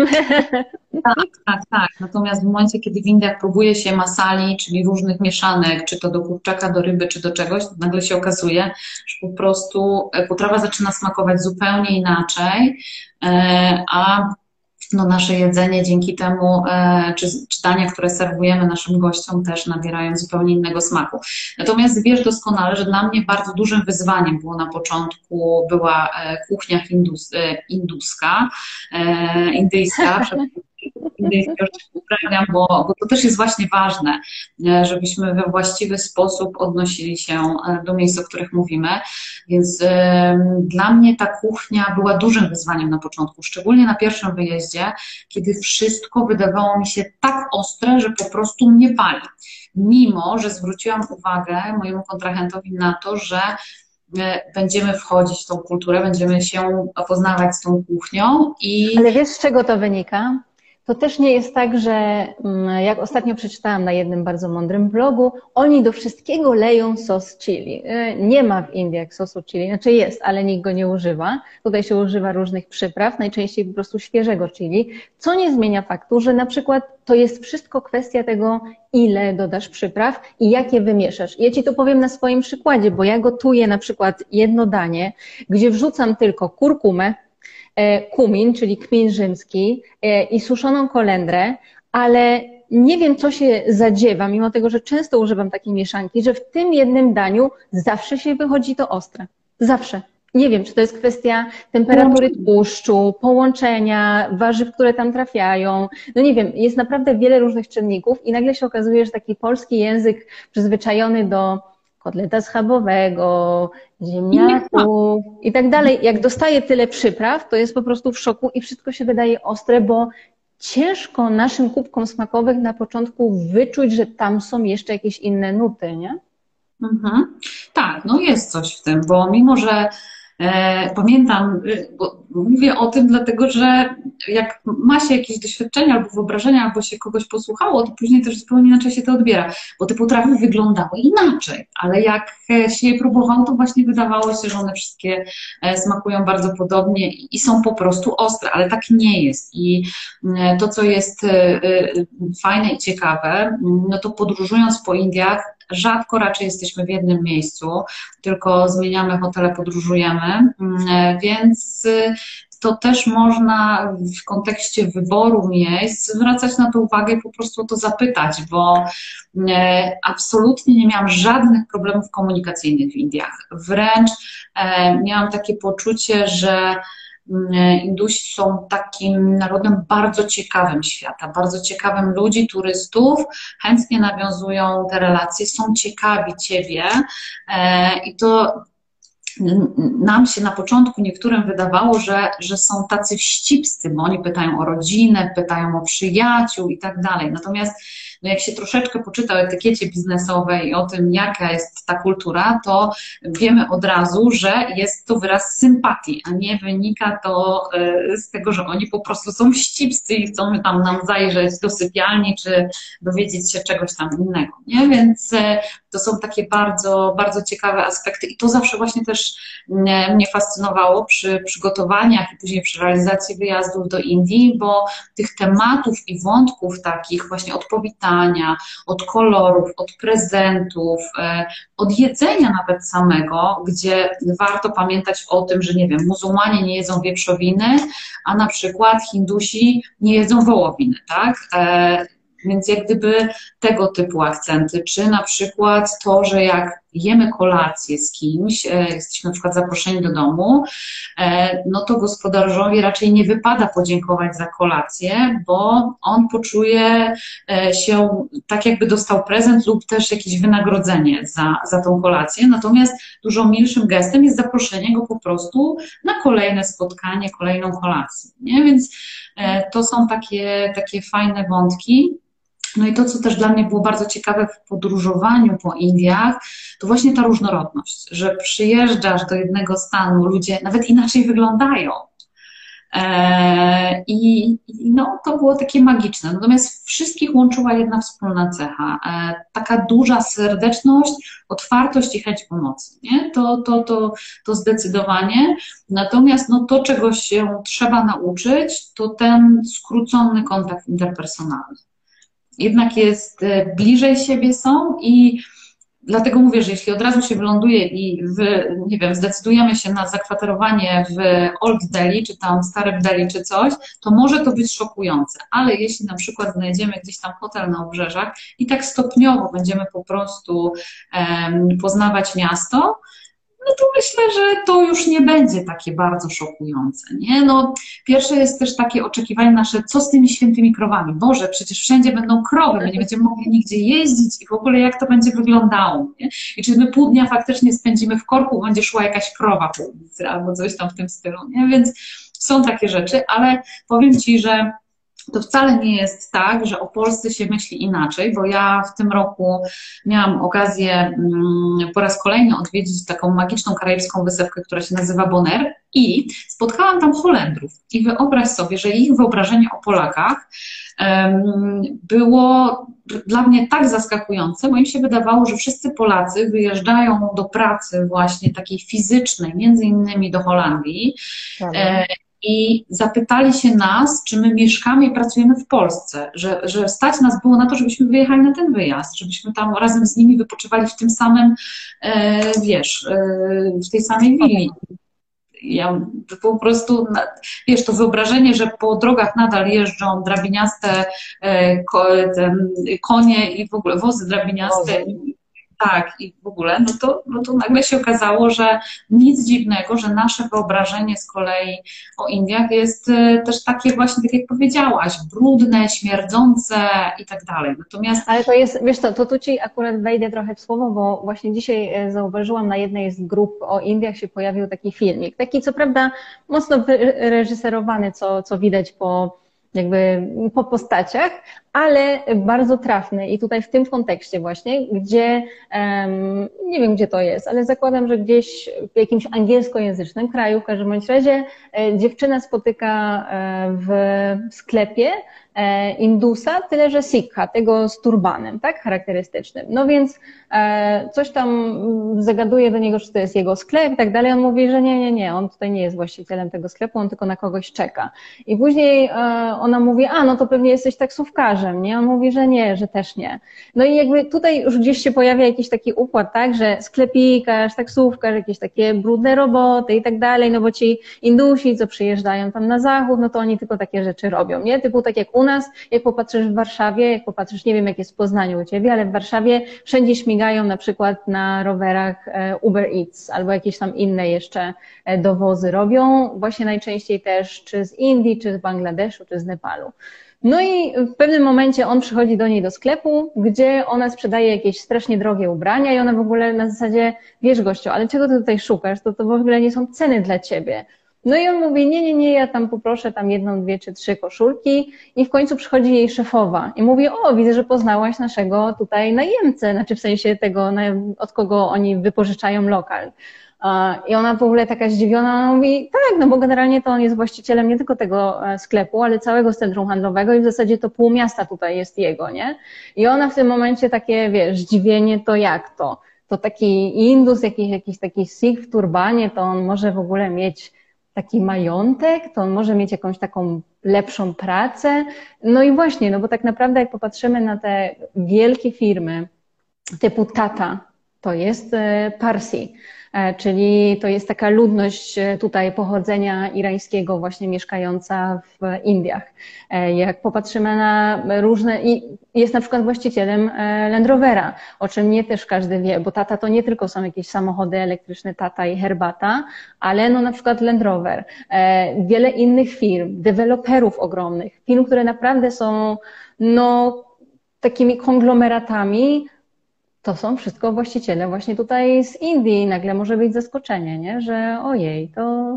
Tak. Natomiast w momencie, kiedy w Indiach próbuje się masali, czyli różnych mieszanek, czy to do kurczaka, do ryby, czy do czegoś, to nagle się okazuje, że po prostu potrawa zaczyna smakować zupełnie inaczej, a no nasze jedzenie dzięki temu, czy dania, które serwujemy naszym gościom, też nabierają zupełnie innego smaku. Natomiast wiesz doskonale, że dla mnie bardzo dużym wyzwaniem było na początku, była kuchnia indyjska, już uprawiam, bo to też jest właśnie ważne, żebyśmy we właściwy sposób odnosili się do miejsc, o których mówimy. Więc dla mnie ta kuchnia była dużym wyzwaniem na początku, szczególnie na pierwszym wyjeździe, kiedy wszystko wydawało mi się tak ostre, że po prostu mnie pali. Mimo że zwróciłam uwagę mojemu kontrahentowi na to, że będziemy wchodzić w tą kulturę, będziemy się poznawać z tą kuchnią. Ale wiesz, z czego to wynika? To też nie jest tak, że jak ostatnio przeczytałam na jednym bardzo mądrym blogu, oni do wszystkiego leją sos chili. Nie ma w Indiach sosu chili, znaczy jest, ale nikt go nie używa. Tutaj się używa różnych przypraw, najczęściej po prostu świeżego chili, co nie zmienia faktu, że na przykład to jest wszystko kwestia tego, ile dodasz przypraw i jak je wymieszasz. Ja Ci to powiem na swoim przykładzie, bo ja gotuję na przykład jedno danie, gdzie wrzucam tylko kurkumę, kumin, czyli kmin rzymski i suszoną kolendrę, ale nie wiem, co się zadziewa, mimo tego, że często używam takiej mieszanki, że w tym jednym daniu zawsze się wychodzi to ostre. Zawsze. Nie wiem, czy to jest kwestia temperatury tłuszczu, połączenia, warzyw, które tam trafiają. No nie wiem, jest naprawdę wiele różnych czynników i nagle się okazuje, że taki polski język przyzwyczajony do kotleta schabowego, ziemniaków i tak dalej. Jak dostaje tyle przypraw, to jest po prostu w szoku i wszystko się wydaje ostre, bo ciężko naszym kubkom smakowych na początku wyczuć, że tam są jeszcze jakieś inne nuty, nie? Mhm. Tak, no jest coś w tym, bo mimo, że pamiętam, bo mówię o tym dlatego, że jak ma się jakieś doświadczenia albo wyobrażenia, albo się kogoś posłuchało, to później też zupełnie inaczej się to odbiera, bo te potrawy wyglądały inaczej, ale jak się je próbowało, to właśnie wydawało się, że one wszystkie smakują bardzo podobnie i są po prostu ostre, ale tak nie jest. I to, co jest fajne i ciekawe, no to podróżując po Indiach, rzadko raczej jesteśmy w jednym miejscu, tylko zmieniamy hotele, podróżujemy, więc to też można w kontekście wyboru miejsc zwracać na to uwagę i po prostu o to zapytać, bo absolutnie nie miałam żadnych problemów komunikacyjnych w Indiach. Wręcz miałam takie poczucie, że Indusi są takim narodem bardzo ciekawym świata, bardzo ciekawym ludzi, turystów, chętnie nawiązują te relacje, są ciekawi Ciebie i to nam się na początku niektórym wydawało, że są tacy wścibscy, bo oni pytają o rodzinę, pytają o przyjaciół i tak dalej. Natomiast no jak się troszeczkę poczyta o etykiecie biznesowej i o tym, jaka jest ta kultura, to wiemy od razu, że jest to wyraz sympatii, a nie wynika to z tego, że oni po prostu są wścibscy i chcą tam nam zajrzeć do sypialni, czy dowiedzieć się czegoś tam innego, nie? Więc to są takie bardzo, bardzo ciekawe aspekty i to zawsze właśnie też mnie fascynowało przy przygotowaniach i później przy realizacji wyjazdów do Indii, bo tych tematów i wątków takich właśnie od powitania, ubrania, od kolorów, od prezentów, od jedzenia nawet samego, gdzie warto pamiętać o tym, że nie wiem, muzułmanie nie jedzą wieprzowiny, a na przykład Hindusi nie jedzą wołowiny, tak? Więc jak gdyby tego typu akcenty, czy na przykład to, że jak jemy kolację z kimś, jesteśmy na przykład zaproszeni do domu, no to gospodarzowi raczej nie wypada podziękować za kolację, bo on poczuje się tak, jakby dostał prezent lub też jakieś wynagrodzenie za tą kolację. Natomiast dużo milszym gestem jest zaproszenie go po prostu na kolejne spotkanie, kolejną kolację. Nie? Więc to są takie fajne wątki. No i to, co też dla mnie było bardzo ciekawe w podróżowaniu po Indiach, to właśnie ta różnorodność, że przyjeżdżasz do jednego stanu, ludzie nawet inaczej wyglądają. I no, to było takie magiczne. Natomiast wszystkich łączyła jedna wspólna cecha. Taka duża serdeczność, otwartość i chęć pomocy. Nie? To zdecydowanie. Natomiast no, to, czego się trzeba nauczyć, to ten skrócony kontakt interpersonalny. Jednak jest bliżej siebie są i dlatego mówię, że jeśli od razu się wyląduje i nie wiem, zdecydujemy się na zakwaterowanie w Old Delhi, czy tam Starym Delhi, czy coś, to może to być szokujące, ale jeśli na przykład znajdziemy gdzieś tam hotel na obrzeżach i tak stopniowo będziemy po prostu poznawać miasto, no to myślę, że to już nie będzie takie bardzo szokujące, nie? No, pierwsze jest też takie oczekiwanie nasze, co z tymi świętymi krowami? Boże, przecież wszędzie będą krowy, my nie będziemy mogli nigdzie jeździć i w ogóle jak to będzie wyglądało, nie? I czy my pół dnia faktycznie spędzimy w korku, będzie szła jakaś krowa po ulicy albo coś tam w tym stylu, nie? Więc są takie rzeczy, ale powiem Ci, że to wcale nie jest tak, że o Polsce się myśli inaczej, bo ja w tym roku miałam okazję po raz kolejny odwiedzić taką magiczną karaibską wysepkę, która się nazywa Bonaire i spotkałam tam Holendrów. I wyobraź sobie, że ich wyobrażenie o Polakach było dla mnie tak zaskakujące, bo im się wydawało, że wszyscy Polacy wyjeżdżają do pracy właśnie takiej fizycznej, między innymi do Holandii, i zapytali się nas, czy my mieszkamy i pracujemy w Polsce, że stać nas było na to, żebyśmy wyjechali na ten wyjazd, żebyśmy tam razem z nimi wypoczywali w tym samym, w tej samej willi. Ja po prostu, wiesz, to wyobrażenie, że po drogach nadal jeżdżą drabiniaste konie i w ogóle wozy drabiniaste. Tak, i w ogóle, no to nagle się okazało, że nic dziwnego, że nasze wyobrażenie z kolei o Indiach jest też takie właśnie, tak jak powiedziałaś, brudne, śmierdzące i tak dalej. Natomiast... Ale to jest, wiesz co, to tu Ci akurat wejdę trochę w słowo, bo właśnie dzisiaj zauważyłam, na jednej z grup o Indiach się pojawił taki filmik, taki co prawda mocno wyreżyserowany, co widać po postaciach, ale bardzo trafny i tutaj w tym kontekście właśnie, gdzie, nie wiem gdzie to jest, ale zakładam, że gdzieś w jakimś angielskojęzycznym kraju, w każdym bądź razie dziewczyna spotyka w sklepie Indusa, tyle że Sikha, tego z turbanem, tak, charakterystycznym. No więc coś tam zagaduje do niego, czy to jest jego sklep i tak dalej. On mówi, że nie, on tutaj nie jest właścicielem tego sklepu, on tylko na kogoś czeka. I później ona mówi, no to pewnie jesteś taksówkarzem, nie? On mówi, że nie, że też nie. No i jakby tutaj już gdzieś się pojawia jakiś taki układ, tak, że sklepikarz, taksówkarz, jakieś takie brudne roboty i tak dalej, no bo ci Indusi, co przyjeżdżają tam na zachód, no to oni tylko takie rzeczy robią, nie? Typu tak jak u nas, jak popatrzysz w Warszawie, jak popatrzysz, nie wiem jak jest w Poznaniu u Ciebie, ale w Warszawie wszędzie śmigają na przykład na rowerach Uber Eats albo jakieś tam inne jeszcze dowozy robią, właśnie najczęściej też czy z Indii, czy z Bangladeszu, czy z Nepalu. No i w pewnym momencie on przychodzi do niej do sklepu, gdzie ona sprzedaje jakieś strasznie drogie ubrania i ona w ogóle na zasadzie, wiesz gościu, ale czego ty tutaj szukasz, to w ogóle nie są ceny dla ciebie. No i on mówi, nie, ja tam poproszę tam 1, 2 czy 3 koszulki i w końcu przychodzi jej szefowa i mówi, widzę, że poznałaś naszego tutaj najemcę, znaczy w sensie tego, od kogo oni wypożyczają lokal. I ona w ogóle taka zdziwiona, ona mówi, tak, no bo generalnie to on jest właścicielem nie tylko tego sklepu, ale całego centrum handlowego i w zasadzie to pół miasta tutaj jest jego, nie? I ona w tym momencie takie, wiesz, zdziwienie, to jak to? To taki Indus, jakiś taki Sikh w turbanie, to on może w ogóle mieć taki majątek, to on może mieć jakąś taką lepszą pracę. No i właśnie, no bo tak naprawdę jak popatrzymy na te wielkie firmy typu Tata, to jest Parsi, czyli to jest taka ludność tutaj pochodzenia irańskiego właśnie mieszkająca w Indiach. Jak popatrzymy na różne, i jest na przykład właścicielem Land Rovera, o czym nie też każdy wie, bo Tata to nie tylko są jakieś samochody elektryczne, Tata i herbata, ale no na przykład Land Rover, wiele innych firm, deweloperów ogromnych, firm, które naprawdę są no takimi konglomeratami. To są wszystko właściciele właśnie tutaj z Indii. Nagle może być zaskoczenie, nie? Że ojej,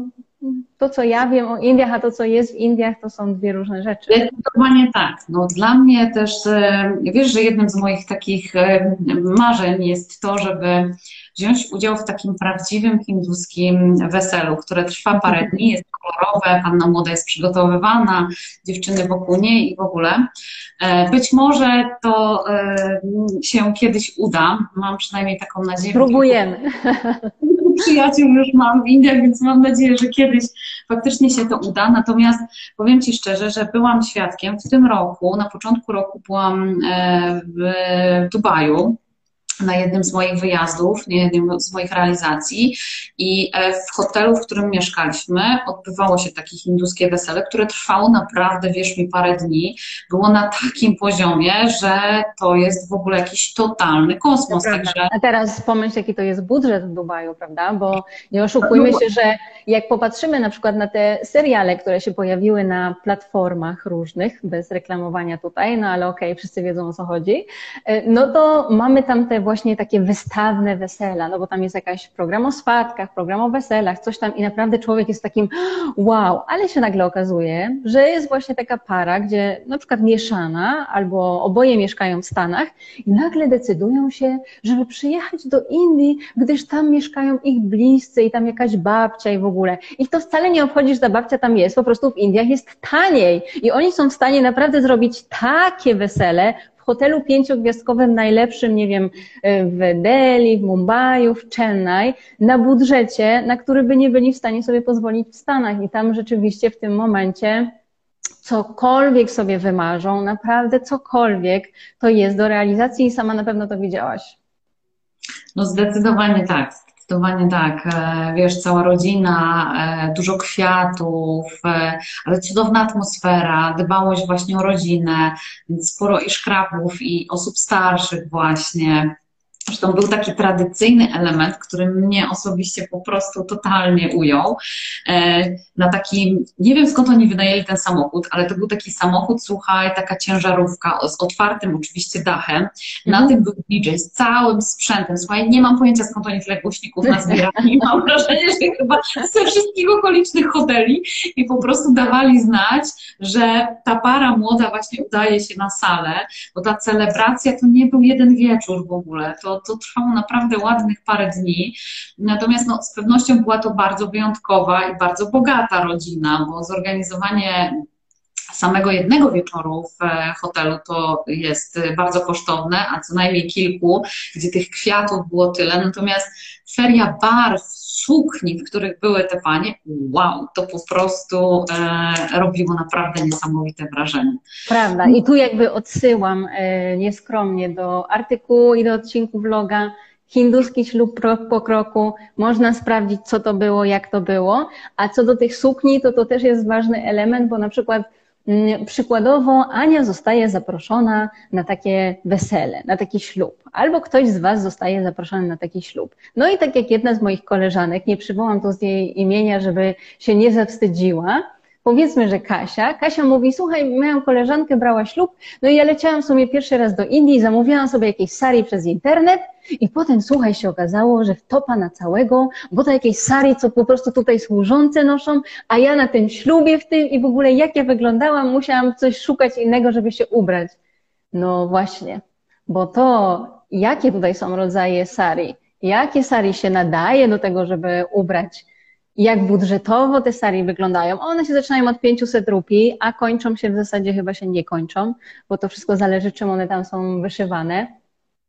to co ja wiem o Indiach, a to co jest w Indiach, to są dwie różne rzeczy. Zdecydowanie tak. No, dla mnie też, wiesz, że jednym z moich takich marzeń jest to, żeby wziąć udział w takim prawdziwym hinduskim weselu, które trwa parę dni, jest kolorowe, panna młoda jest przygotowywana, dziewczyny wokół niej i w ogóle. Być może to się kiedyś uda, mam przynajmniej taką nadzieję. Próbujemy. Przyjaciół już mam w Indiach, więc mam nadzieję, że kiedyś faktycznie się to uda. Natomiast powiem Ci szczerze, że byłam świadkiem w tym roku, na początku roku byłam w Dubaju na jednym z moich wyjazdów, na jednym z moich realizacji i w hotelu, w którym mieszkaliśmy, odbywało się takie hinduskie wesele, które trwało naprawdę, wierz mi, parę dni. Było na takim poziomie, że to jest w ogóle jakiś totalny kosmos. Także... A teraz pomyśl, jaki to jest budżet w Dubaju, prawda? Bo nie oszukujmy się, że jak popatrzymy na przykład na te seriale, które się pojawiły na platformach różnych, bez reklamowania tutaj, no ale okej, wszyscy wiedzą, o co chodzi, no to mamy tam te właśnie takie wystawne wesela, no bo tam jest jakaś program o spadkach, program o weselach, coś tam i naprawdę człowiek jest takim wow, ale się nagle okazuje, że jest właśnie taka para, gdzie na przykład mieszana albo oboje mieszkają w Stanach i nagle decydują się, żeby przyjechać do Indii, gdyż tam mieszkają ich bliscy i tam jakaś babcia i w ogóle. Ich to wcale nie obchodzi, że ta babcia tam jest, po prostu w Indiach jest taniej i oni są w stanie naprawdę zrobić takie wesele w hotelu 5-gwiazdkowym najlepszym, nie wiem, w Delhi, w Mumbai, w Chennai, na budżecie, na który by nie byli w stanie sobie pozwolić w Stanach. I tam rzeczywiście w tym momencie cokolwiek sobie wymarzą, naprawdę cokolwiek, to jest do realizacji i sama na pewno to widziałaś. No zdecydowanie tak. Zdecydowanie tak. Wiesz, cała rodzina, dużo kwiatów, ale cudowna atmosfera, dbałość właśnie o rodzinę, więc sporo i szkrabów, i osób starszych właśnie. Zresztą był taki tradycyjny element, który mnie osobiście po prostu totalnie ujął. Na takim, nie wiem skąd oni wynajęli ten samochód, ale to był taki samochód, słuchaj, taka ciężarówka z otwartym oczywiście dachem. Na tym był DJ z całym sprzętem. Słuchaj, nie mam pojęcia skąd oni tyle głośników nazbierali. Mam wrażenie, że chyba ze wszystkich okolicznych hoteli i po prostu dawali znać, że ta para młoda właśnie udaje się na salę, bo ta celebracja to nie był jeden wieczór w ogóle. To trwało naprawdę ładnych parę dni. Natomiast no, z pewnością była to bardzo wyjątkowa i bardzo bogata rodzina, bo zorganizowanie samego jednego wieczoru w hotelu to jest bardzo kosztowne, a co najmniej kilku, gdzie tych kwiatów było tyle. Natomiast feria barw, sukni, w których były te panie, wow, to po prostu robiło naprawdę niesamowite wrażenie. Prawda. I tu jakby odsyłam nieskromnie do artykułu i do odcinku vloga Hinduski ślub krok po kroku. Można sprawdzić, co to było, jak to było. A co do tych sukni, to też jest ważny element, bo na przykład przykładowo Ania zostaje zaproszona na takie wesele, na taki ślub. Albo ktoś z Was zostaje zaproszony na taki ślub. No i tak jak jedna z moich koleżanek, nie przywołam tu z jej imienia, żeby się nie zawstydziła, powiedzmy, że Kasia mówi, słuchaj, moją koleżankę brała ślub, no i ja leciałam sobie pierwszy raz do Indii, zamówiłam sobie jakieś sari przez internet i potem, słuchaj, się okazało, że wtopa na całego, bo to jakieś sari, co po prostu tutaj służące noszą, a ja na tym ślubie w tym i w ogóle jak ja wyglądałam, musiałam coś szukać innego, żeby się ubrać. No właśnie, bo to, jakie tutaj są rodzaje sari, jakie sari się nadaje do tego, żeby ubrać, jak budżetowo te sari wyglądają. One się zaczynają od 500 rupii, a kończą się w zasadzie chyba się nie kończą, bo to wszystko zależy, czym one tam są wyszywane.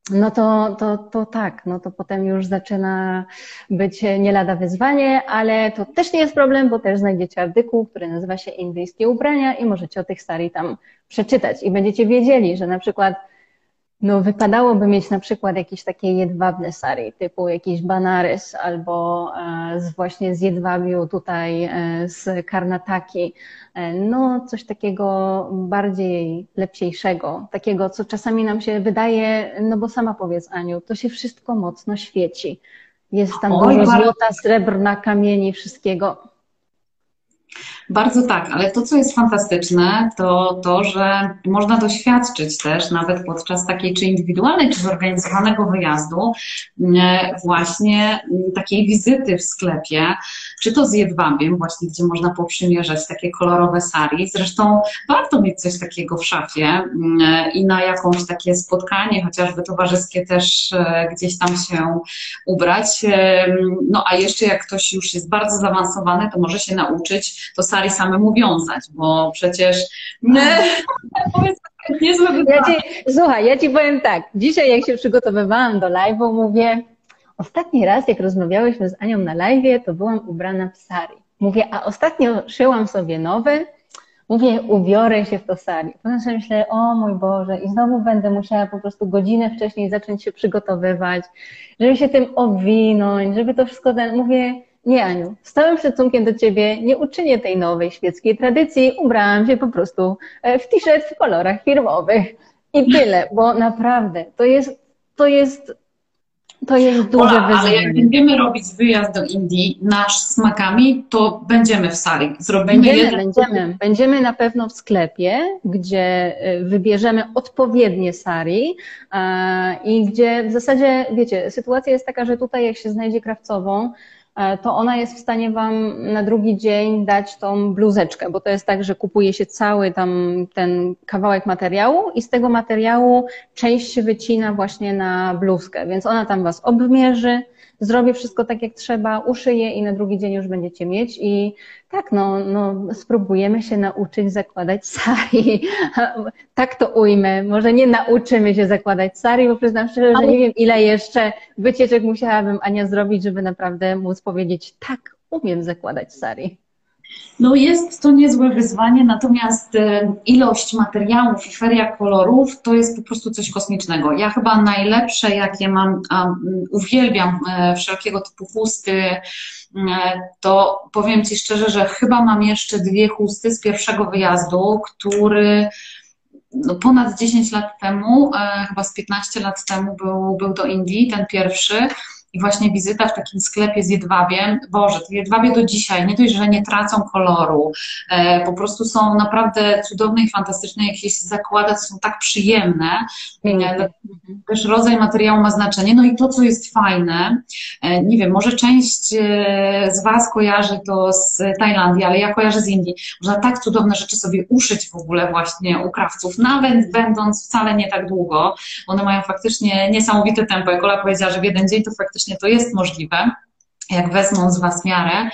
no to tak, no to potem już zaczyna być nie lada wyzwanie, ale to też nie jest problem, bo też znajdziecie artykuł, który nazywa się Indyjskie ubrania i możecie o tych sari tam przeczytać i będziecie wiedzieli, że na przykład no wypadałoby mieć na przykład jakieś takie jedwabne sari, typu jakiś Banares albo właśnie z jedwabiu tutaj z Karnataki. No coś takiego bardziej lepsiejszego, takiego, co czasami nam się wydaje, no bo sama powiedz, Aniu, to się wszystko mocno świeci. Jest tam dużo złota, srebrna, kamieni, wszystkiego. Bardzo tak, ale to, co jest fantastyczne, to to, że można doświadczyć też nawet podczas takiej czy indywidualnej, czy zorganizowanego wyjazdu właśnie takiej wizyty w sklepie, czy to z jedwabiem właśnie, gdzie można poprzymierzać takie kolorowe sari. Zresztą warto mieć coś takiego w szafie i na jakąś takie spotkanie, chociażby towarzyskie też gdzieś tam się ubrać. No a jeszcze jak ktoś już jest bardzo zaawansowany, to może się nauczyć to sari samemu wiązać, bo przecież Słuchaj, ja ci powiem tak, dzisiaj jak się przygotowywałam do live'u, mówię, ostatni raz jak rozmawiałyśmy z Anią na live'ie, to byłam ubrana w sari. Mówię, a ostatnio szyłam sobie nowe, mówię, ubiorę się w to sari. Potem sobie myślę, o mój Boże, i znowu będę musiała po prostu godzinę wcześniej zacząć się przygotowywać, żeby się tym owinąć, żeby to wszystko... Mówię, nie, Aniu, z całym szacunkiem do Ciebie nie uczynię tej nowej świeckiej tradycji, ubrałam się po prostu w t-shirt w kolorach firmowych i tyle, bo naprawdę to jest duże wyzwanie. Ale jak będziemy robić wyjazd do Indii nasz smakami, to będziemy w sari. Będziemy na pewno w sklepie, gdzie wybierzemy odpowiednie sari i gdzie w zasadzie, wiecie, sytuacja jest taka, że tutaj jak się znajdzie krawcową, to ona jest w stanie Wam na drugi dzień dać tą bluzeczkę, bo to jest tak, że kupuje się cały tam ten kawałek materiału i z tego materiału część się wycina właśnie na bluzkę, więc ona tam Was obmierzy, zrobi wszystko tak jak trzeba, uszyje i na drugi dzień już będziecie mieć i tak, no spróbujemy się nauczyć zakładać sari. Tak to ujmę. Może nie nauczymy się zakładać sari, bo przyznam szczerze, że nie wiem, ile jeszcze wycieczek musiałabym, Ania, zrobić, żeby naprawdę móc powiedzieć, tak, umiem zakładać sari. No jest to niezłe wyzwanie, natomiast ilość materiałów i feria kolorów to jest po prostu coś kosmicznego. Ja chyba najlepsze, jakie mam, uwielbiam wszelkiego typu chusty, to powiem Ci szczerze, że chyba mam jeszcze 2 chusty z pierwszego wyjazdu, który ponad 10 lat temu, chyba z 15 lat temu był do Indii, ten pierwszy. I właśnie wizyta w takim sklepie z jedwabiem, Boże, te jedwabie do dzisiaj nie dość, że nie tracą koloru, po prostu są naprawdę cudowne i fantastyczne, jak się zakłada, są tak przyjemne. Też rodzaj materiału ma znaczenie. No i to, co jest fajne, nie wiem, może część z Was kojarzy to z Tajlandii, ale ja kojarzę z Indii. Można tak cudowne rzeczy sobie uszyć w ogóle właśnie u krawców, nawet będąc wcale nie tak długo. One mają faktycznie niesamowite tempo. Jak Ola powiedziała, że w jeden dzień to faktycznie to jest możliwe, jak wezmą z Was miarę,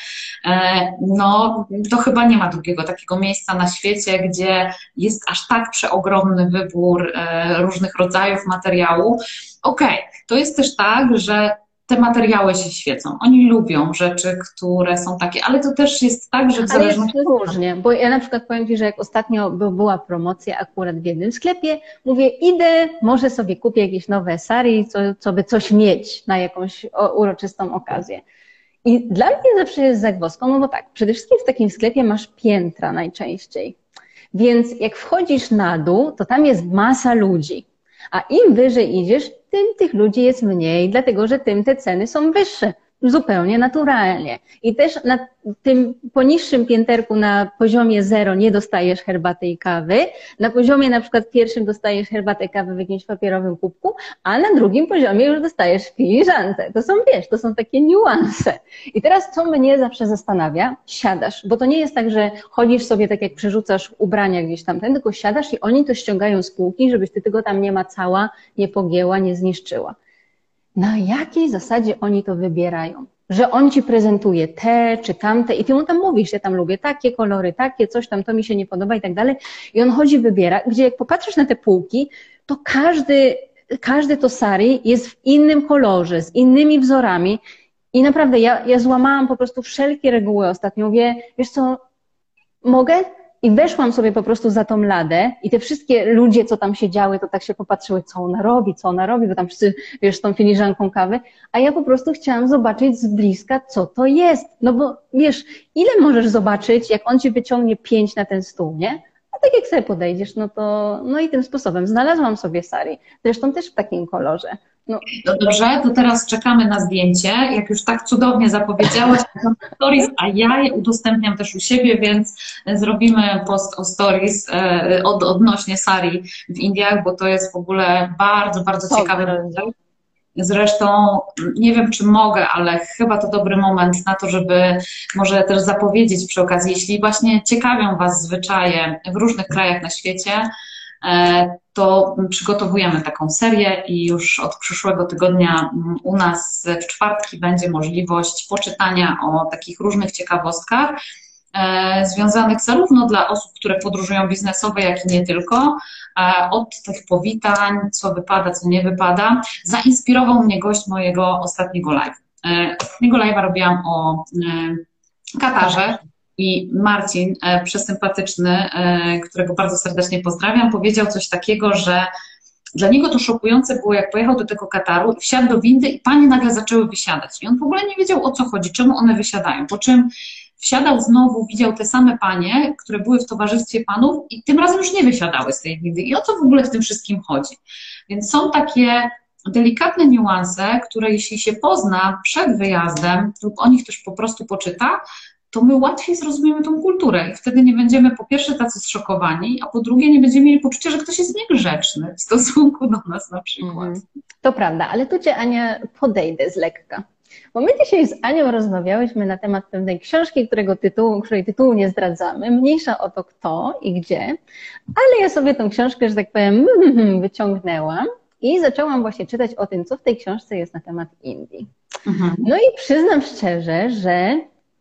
no to chyba nie ma drugiego takiego miejsca na świecie, gdzie jest aż tak przeogromny wybór różnych rodzajów materiału. Okej, to jest też tak, że te materiały się świecą. Oni lubią rzeczy, które są takie, ale to też jest tak, że w zależności... Ale jest różnie, bo ja na przykład powiem Ci, że jak ostatnio była promocja akurat w jednym sklepie, mówię, idę, może sobie kupię jakieś nowe sari, co by coś mieć na jakąś uroczystą okazję. I dla mnie zawsze jest zagwozdką, no bo tak, przede wszystkim w takim sklepie masz piętra najczęściej, więc jak wchodzisz na dół, to tam jest masa ludzi, a im wyżej idziesz, tym tych ludzi jest mniej, dlatego że tym te ceny są wyższe. Zupełnie naturalnie. I też na tym poniższym pięterku na poziomie 0 nie dostajesz herbaty i kawy, na poziomie na przykład pierwszym dostajesz herbatę, kawę w jakimś papierowym kubku, a na drugim poziomie już dostajesz w filiżance. To są, wiesz, to są takie niuanse. I teraz co mnie zawsze zastanawia? Siadasz, bo to nie jest tak, że chodzisz sobie tak jak przerzucasz ubrania gdzieś tamten, tylko siadasz i oni to ściągają z półki, żebyś ty tego tam nie macała, nie pogięła, nie zniszczyła. Na jakiej zasadzie oni to wybierają? Że on ci prezentuje te czy tamte i ty mu tam mówisz, ja tam lubię takie kolory, takie, coś tam, to mi się nie podoba i tak dalej. I on chodzi, wybiera, gdzie jak popatrzysz na te półki, to każdy każde to sari jest w innym kolorze, z innymi wzorami i naprawdę ja złamałam po prostu wszelkie reguły ostatnio. Mówię, wiesz co, mogę? I weszłam sobie po prostu za tą ladę i te wszystkie ludzie, co tam siedziały, to tak się popatrzyły, co ona robi, bo tam wszyscy, wiesz, z tą filiżanką kawy, a ja po prostu chciałam zobaczyć z bliska, co to jest. No bo wiesz, ile możesz zobaczyć, jak on ci wyciągnie 5 na ten stół, nie? A tak jak sobie podejdziesz, no i tym sposobem znalazłam sobie sari. Zresztą też w takim kolorze. No. No dobrze, to teraz czekamy na zdjęcie. Jak już tak cudownie zapowiedziałaś stories, a ja je udostępniam też u siebie, więc zrobimy post o stories odnośnie sari w Indiach, bo to jest w ogóle bardzo, bardzo ciekawe. Zresztą nie wiem, czy mogę, ale chyba to dobry moment na to, żeby może też zapowiedzieć przy okazji, jeśli właśnie ciekawią Was zwyczaje w różnych krajach na świecie, to przygotowujemy taką serię i już od przyszłego tygodnia u nas w czwartki będzie możliwość poczytania o takich różnych ciekawostkach związanych zarówno dla osób, które podróżują biznesowe, jak i nie tylko, od tych powitań, co wypada, co nie wypada. Zainspirował mnie gość mojego ostatniego live. Ostatniego live'a robiłam o Katarze. I Marcin, przesympatyczny, którego bardzo serdecznie pozdrawiam, powiedział coś takiego, że dla niego to szokujące było, jak pojechał do tego Kataru, wsiadł do windy i panie nagle zaczęły wysiadać. I on w ogóle nie wiedział, o co chodzi, czemu one wysiadają. Po czym wsiadał znowu, widział te same panie, które były w towarzystwie panów i tym razem już nie wysiadały z tej windy. I o co w ogóle w tym wszystkim chodzi? Więc są takie delikatne niuanse, które jeśli się pozna przed wyjazdem lub o nich też po prostu poczyta, to my łatwiej zrozumiemy tą kulturę i wtedy nie będziemy po pierwsze tacy zszokowani, a po drugie nie będziemy mieli poczucia, że ktoś jest niegrzeczny w stosunku do nas na przykład. To prawda, ale tu Cię, Ania, podejdę z lekka. Bo my dzisiaj z Anią rozmawiałyśmy na temat pewnej książki, której tytułu nie zdradzamy, mniejsza o to kto i gdzie, ale ja sobie tą książkę, że tak powiem, wyciągnęłam i zaczęłam właśnie czytać o tym, co w tej książce jest na temat Indii. No i przyznam szczerze, że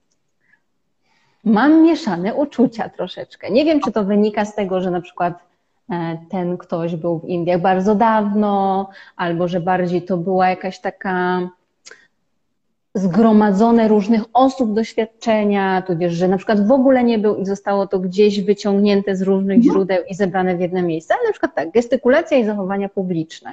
mam mieszane uczucia troszeczkę. Nie wiem, czy to wynika z tego, że na przykład ten ktoś był w Indiach bardzo dawno, albo że bardziej to była jakaś taka zgromadzone różnych osób doświadczenia, tudzież, że na przykład w ogóle nie był i zostało to gdzieś wyciągnięte z różnych źródeł i zebrane w jedno miejsce, ale na przykład tak, gestykulacja i zachowania publiczne.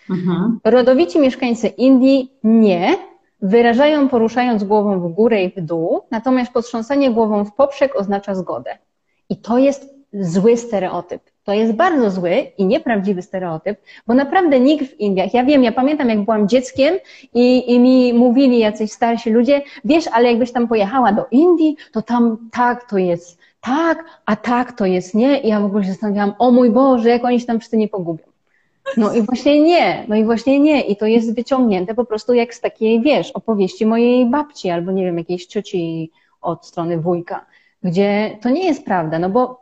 Rodowici mieszkańcy Indii nie, wyrażają poruszając głową w górę i w dół, natomiast potrząsanie głową w poprzek oznacza zgodę. I to jest zły stereotyp. To jest bardzo zły i nieprawdziwy stereotyp, bo naprawdę nikt w Indiach, ja pamiętam jak byłam dzieckiem i mi mówili jacyś starsi ludzie, wiesz, ale jakbyś tam pojechała do Indii, to tam tak to jest tak, a tak to jest nie. I ja w ogóle się zastanawiałam, o mój Boże, jak oni się tam wszyscy nie pogubią. No i właśnie nie. I to jest wyciągnięte po prostu jak z takiej, wiesz, opowieści mojej babci albo nie wiem, jakiejś cioci od strony wujka, gdzie to nie jest prawda, no bo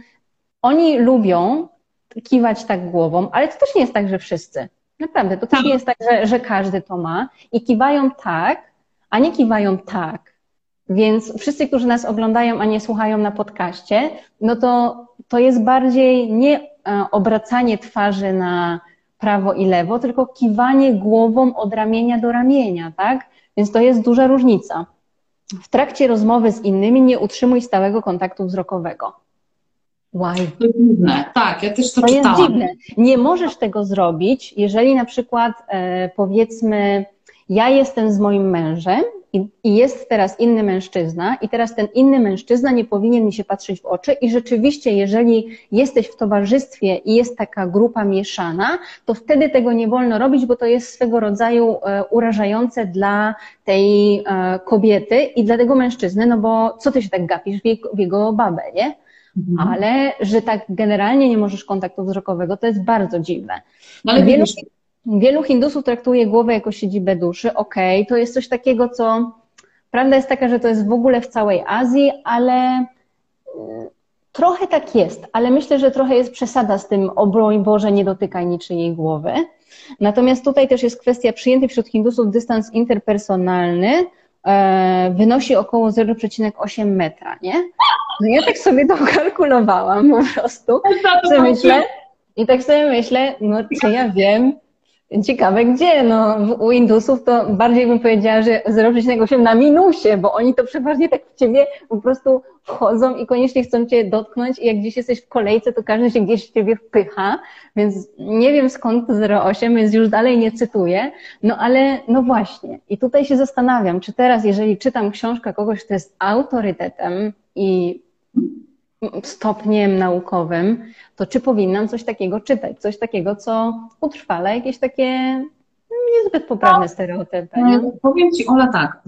oni lubią kiwać tak głową, ale to też nie jest tak, że wszyscy. Naprawdę, to też nie jest tak, że każdy to ma i kiwają tak, a nie kiwają tak. Więc wszyscy, którzy nas oglądają, a nie słuchają na podcaście, no to jest bardziej nie obracanie twarzy na prawo i lewo, tylko kiwanie głową od ramienia do ramienia, tak? Więc to jest duża różnica. W trakcie rozmowy z innymi nie utrzymuj stałego kontaktu wzrokowego. Why? To jest dziwne. Tak, ja też to czytałam. To jest dziwne. Nie możesz tego zrobić, jeżeli na przykład powiedzmy, ja jestem z moim mężem i jest teraz inny mężczyzna i teraz ten inny mężczyzna nie powinien mi się patrzeć w oczy i rzeczywiście, jeżeli jesteś w towarzystwie i jest taka grupa mieszana, to wtedy tego nie wolno robić, bo to jest swego rodzaju urażające dla tej kobiety i dla tego mężczyzny, no bo co ty się tak gapisz w jego babę, nie? Ale że tak generalnie nie możesz kontaktu wzrokowego, to jest bardzo dziwne. Ale Wielu Hindusów traktuje głowę jako siedzibę duszy. Okej, to jest coś takiego, co... Prawda jest taka, że to jest w ogóle w całej Azji, ale trochę tak jest. Ale myślę, że trochę jest przesada z tym, o broń Boże, nie dotykaj niczyjej głowy. Natomiast tutaj też jest kwestia, przyjęty wśród Hindusów dystans interpersonalny wynosi około 0,8 metra, nie? No ja tak sobie to kalkulowałam po prostu. I tak sobie myślę, no czy ja wiem, Ciekawe gdzie, no u Indusów to bardziej bym powiedziała, że 0,8 na minusie, bo oni to przeważnie tak w ciebie po prostu wchodzą i koniecznie chcą cię dotknąć i jak gdzieś jesteś w kolejce, to każdy się gdzieś w ciebie wpycha, więc nie wiem skąd to 0,8, więc już dalej nie cytuję, no ale no właśnie i tutaj się zastanawiam, czy teraz jeżeli czytam książkę kogoś, kto jest autorytetem i stopniem naukowym, to czy powinnam coś takiego czytać? Coś takiego, co utrwala jakieś takie niezbyt poprawne stereotypy. Nie? Powiem Ci, Ola, tak.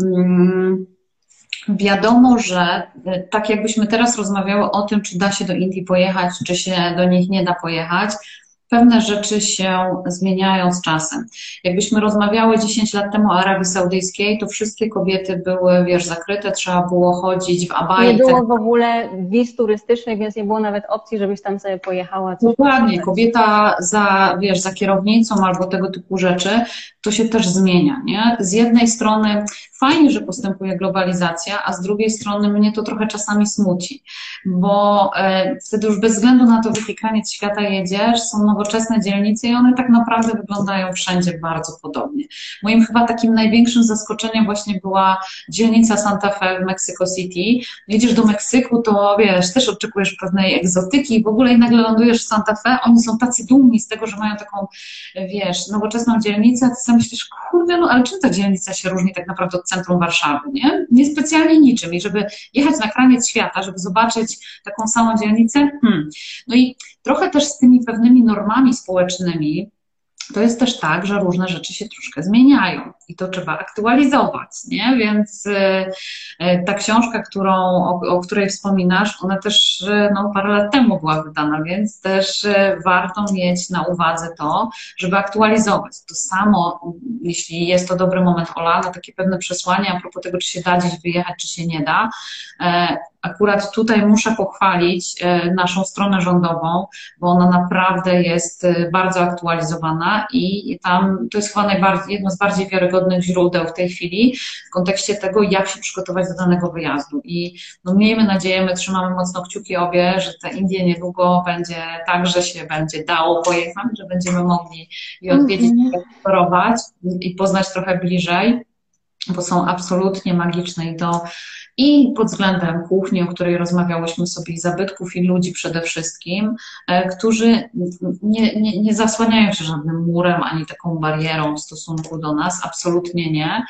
Wiadomo, że tak jakbyśmy teraz rozmawiały o tym, czy da się do Indii pojechać, czy się do nich nie da pojechać, pewne rzeczy się zmieniają z czasem. Jakbyśmy rozmawiały 10 lat temu o Arabii Saudyjskiej, to wszystkie kobiety były, wiesz, zakryte, trzeba było chodzić w abaji. Nie było w ogóle wiz turystycznych, więc nie było nawet opcji, żebyś tam sobie pojechała. Dokładnie, kobieta za, wiesz, za kierownicą albo tego typu rzeczy, to się też zmienia, nie? Z jednej strony fajnie, że postępuje globalizacja, a z drugiej strony mnie to trochę czasami smuci, bo wtedy już bez względu na to, w jaki kraniec świata jedziesz, są nowoczesne dzielnice i one tak naprawdę wyglądają wszędzie bardzo podobnie. Moim chyba takim największym zaskoczeniem właśnie była dzielnica Santa Fe w Mexico City. Jedziesz do Meksyku, to wiesz, też oczekujesz pewnej egzotyki i w ogóle i nagle lądujesz w Santa Fe, oni są tacy dumni z tego, że mają taką, wiesz, nowoczesną dzielnicę, a ty sam myślisz, kurde, no ale czym ta dzielnica się różni tak naprawdę od centrum Warszawy, nie? Niespecjalnie niczym i żeby jechać na kraniec świata, żeby zobaczyć taką samą dzielnicę, No i trochę też z tymi pewnymi normami społecznymi, to jest też tak, że różne rzeczy się troszkę zmieniają i to trzeba aktualizować, nie? Więc ta książka, o której wspominasz, ona też no, parę lat temu była wydana, więc też warto mieć na uwadze to, żeby aktualizować. To samo, jeśli jest to dobry moment, Ola, na takie pewne przesłania a propos tego, czy się da gdzieś wyjechać, czy się nie da. Akurat tutaj muszę pochwalić naszą stronę rządową, bo ona naprawdę jest bardzo aktualizowana i tam to jest chyba jedno z bardziej wiarygodnych źródeł w tej chwili w kontekście tego, jak się przygotować do danego wyjazdu. I no, miejmy nadzieję, my trzymamy mocno kciuki obie, że te Indie niedługo będzie tak, że się będzie dało pojechać, że będziemy mogli je odwiedzić, eksplorować i poznać trochę bliżej, bo są absolutnie magiczne i pod względem kuchni, o której rozmawiałyśmy sobie, i zabytków, i ludzi przede wszystkim, którzy nie zasłaniają się żadnym murem ani taką barierą w stosunku do nas, absolutnie nie.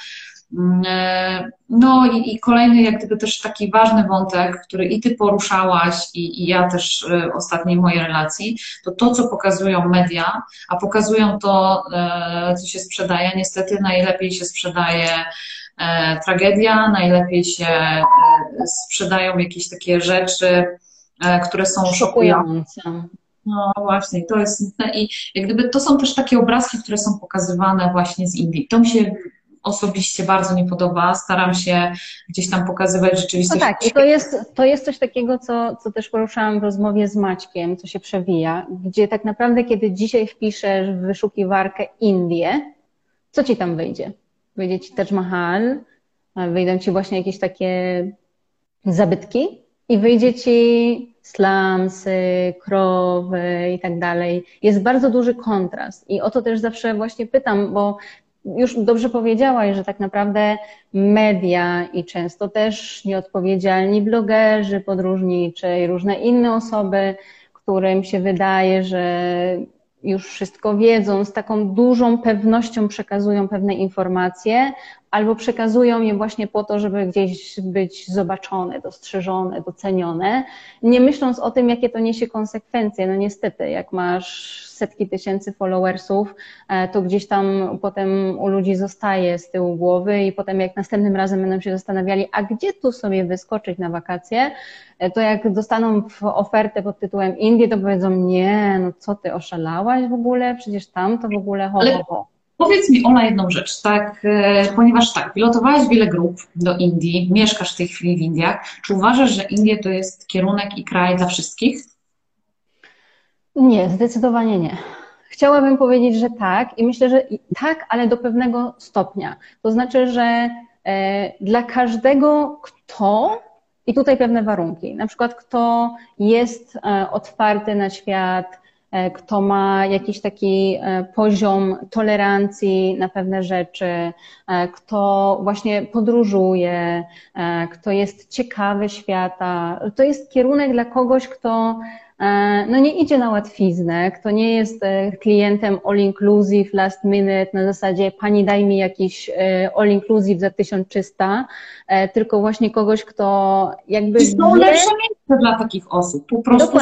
No i kolejny jak gdyby też taki ważny wątek, który i Ty poruszałaś i ja też ostatniej mojej relacji, to co pokazują media, a pokazują to, co się sprzedaje. Niestety najlepiej się sprzedaje tragedia, najlepiej się sprzedają jakieś takie rzeczy, które są szokujące. No właśnie, to jest smutne i jak gdyby to są też takie obrazki, które są pokazywane właśnie z Indii. To mi się osobiście bardzo nie podoba, staram się gdzieś tam pokazywać rzeczywistość. No tak, i to jest coś takiego, co też poruszałam w rozmowie z Maćkiem, co się przewija, gdzie tak naprawdę, kiedy dzisiaj wpiszesz w wyszukiwarkę Indie, co ci tam wyjdzie? Wyjdzie ci Taj Mahal, wyjdą ci właśnie jakieś takie zabytki i wyjdzie ci slumsy, krowy i tak dalej. Jest bardzo duży kontrast i o to też zawsze właśnie pytam, bo już dobrze powiedziałaś, że tak naprawdę media i często też nieodpowiedzialni blogerzy podróżniczy i różne inne osoby, którym się wydaje, że już wszystko wiedzą, z taką dużą pewnością przekazują pewne informacje, albo przekazują je właśnie po to, żeby gdzieś być zobaczone, dostrzeżone, docenione, nie myśląc o tym, jakie to niesie konsekwencje. No niestety, jak masz setki tysięcy followersów, to gdzieś tam potem u ludzi zostaje z tyłu głowy i potem jak następnym razem będą się zastanawiali, a gdzie tu sobie wyskoczyć na wakacje, to jak dostaną ofertę pod tytułem Indie, to powiedzą, nie, no co ty, oszalałaś w ogóle? Przecież tam to w ogóle ho. Powiedz mi, Ola, jedną rzecz, tak, ponieważ tak, pilotowałaś wiele grup do Indii, mieszkasz w tej chwili w Indiach. Czy uważasz, że Indie to jest kierunek i kraj dla wszystkich? Nie, zdecydowanie nie. Chciałabym powiedzieć, że tak i myślę, że tak, ale do pewnego stopnia. To znaczy, że dla każdego, i tutaj pewne warunki, na przykład kto jest otwarty na świat, kto ma jakiś taki poziom tolerancji na pewne rzeczy, kto właśnie podróżuje, kto jest ciekawy świata. To jest kierunek dla kogoś, kto no nie idzie na łatwiznę, kto nie jest klientem all inclusive, last minute, na zasadzie pani daj mi jakiś all inclusive za 1300, tylko właśnie kogoś, kto jakby są lepsze miejsca dla takich osób. Po prostu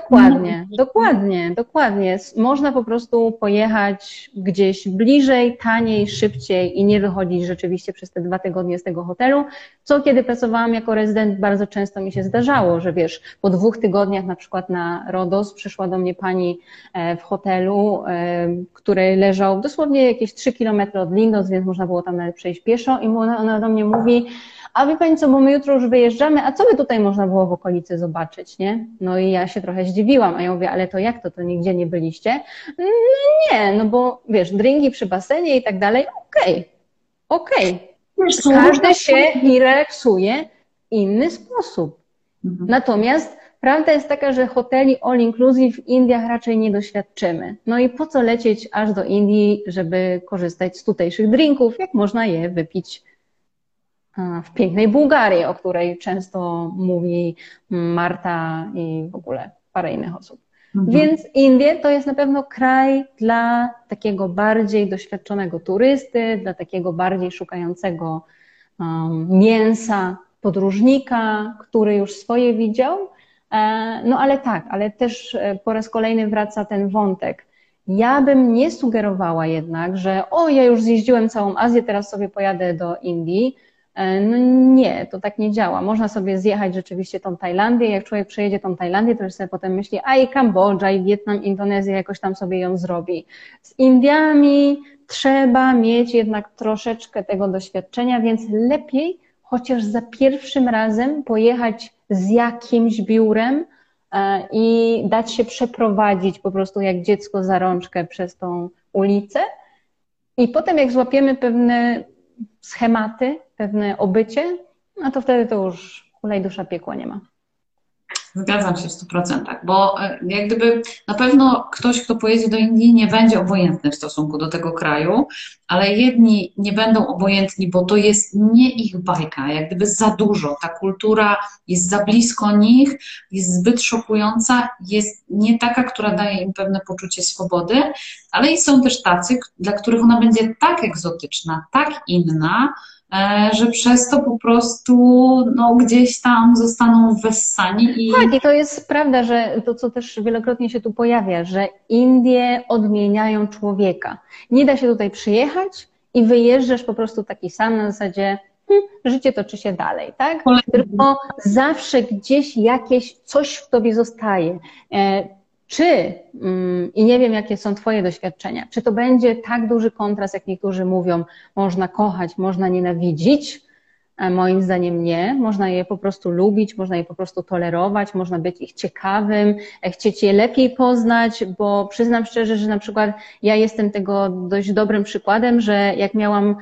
dokładnie. Można po prostu pojechać gdzieś bliżej, taniej, szybciej i nie wychodzić rzeczywiście przez te 2 tygodnie z tego hotelu, co kiedy pracowałam jako rezydent bardzo często mi się zdarzało, że wiesz, po 2 tygodniach na przykład na Rodos przyszła do mnie pani w hotelu, który leżał dosłownie jakieś 3 kilometry od Lindos, więc można było tam nawet przejść pieszo i ona do mnie mówi: a wie pani co, bo my jutro już wyjeżdżamy, a co by tutaj można było w okolicy zobaczyć, nie? No i ja się trochę zdziwiłam, a ja mówię, ale to jak to nigdzie nie byliście? No nie, no bo wiesz, drinki przy basenie i tak dalej, okej. Każdy się i relaksuje w inny sposób. Natomiast prawda jest taka, że hoteli all inclusive w Indiach raczej nie doświadczymy. No i po co lecieć aż do Indii, żeby korzystać z tutejszych drinków, jak można je wypić w pięknej Bułgarii, o której często mówi Marta i w ogóle parę innych osób. Więc Indie to jest na pewno kraj dla takiego bardziej doświadczonego turysty, dla takiego bardziej szukającego mięsa podróżnika, który już swoje widział. No ale tak, ale też po raz kolejny wraca ten wątek. Ja bym nie sugerowała jednak, że ja już zjeździłem całą Azję, teraz sobie pojadę do Indii. No nie, to tak nie działa. Można sobie zjechać rzeczywiście tą Tajlandię. Jak człowiek przejedzie tą Tajlandię, to już sobie potem myśli, a i Kambodża, i Wietnam, Indonezja jakoś tam sobie ją zrobi. Z Indiami trzeba mieć jednak troszeczkę tego doświadczenia, więc lepiej chociaż za pierwszym razem pojechać z jakimś biurem i dać się przeprowadzić po prostu jak dziecko za rączkę przez tą ulicę. I potem jak złapiemy pewne schematy, pewne obycie, no to wtedy to już hulaj dusza piekła nie ma. Zgadzam się w 100%, bo jak gdyby na pewno ktoś, kto pojedzie do Indii, nie będzie obojętny w stosunku do tego kraju, ale jedni nie będą obojętni, bo to jest nie ich bajka, jak gdyby za dużo. Ta kultura jest za blisko nich, jest zbyt szokująca, jest nie taka, która daje im pewne poczucie swobody, ale i są też tacy, dla których ona będzie tak egzotyczna, tak inna, że przez to po prostu gdzieś tam zostaną wessani. Tak, i to jest prawda, że to, co też wielokrotnie się tu pojawia, że Indie odmieniają człowieka. Nie da się tutaj przyjechać i wyjeżdżasz po prostu taki sam na zasadzie życie toczy się dalej, tak? Tylko zawsze gdzieś coś w tobie zostaje. I nie wiem, jakie są twoje doświadczenia, czy to będzie tak duży kontrast, jak niektórzy mówią, można kochać, można nienawidzić? Moim zdaniem nie. Można je po prostu lubić, można je po prostu tolerować, można być ich ciekawym, chcieć je lepiej poznać, bo przyznam szczerze, że na przykład ja jestem tego dość dobrym przykładem, że jak miałam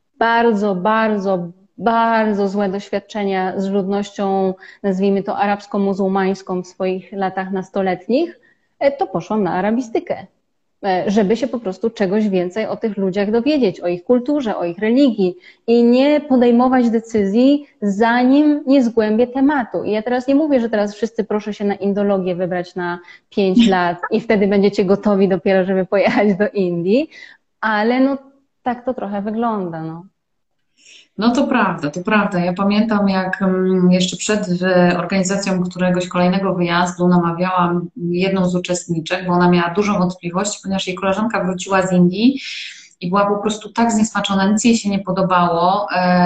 bardzo złe doświadczenia z ludnością, nazwijmy to arabsko-muzułmańską w swoich latach nastoletnich, to poszłam na arabistykę, żeby się po prostu czegoś więcej o tych ludziach dowiedzieć, o ich kulturze, o ich religii i nie podejmować decyzji, zanim nie zgłębię tematu. I ja teraz nie mówię, że teraz wszyscy proszę się na indologię wybrać na 5 lat i wtedy będziecie gotowi dopiero, żeby pojechać do Indii, ale tak to trochę wygląda. No to prawda. Ja pamiętam, jak jeszcze przed organizacją któregoś kolejnego wyjazdu namawiałam jedną z uczestniczek, bo ona miała dużą wątpliwość, ponieważ jej koleżanka wróciła z Indii i była po prostu tak zniesmaczona, nic jej się nie podobało,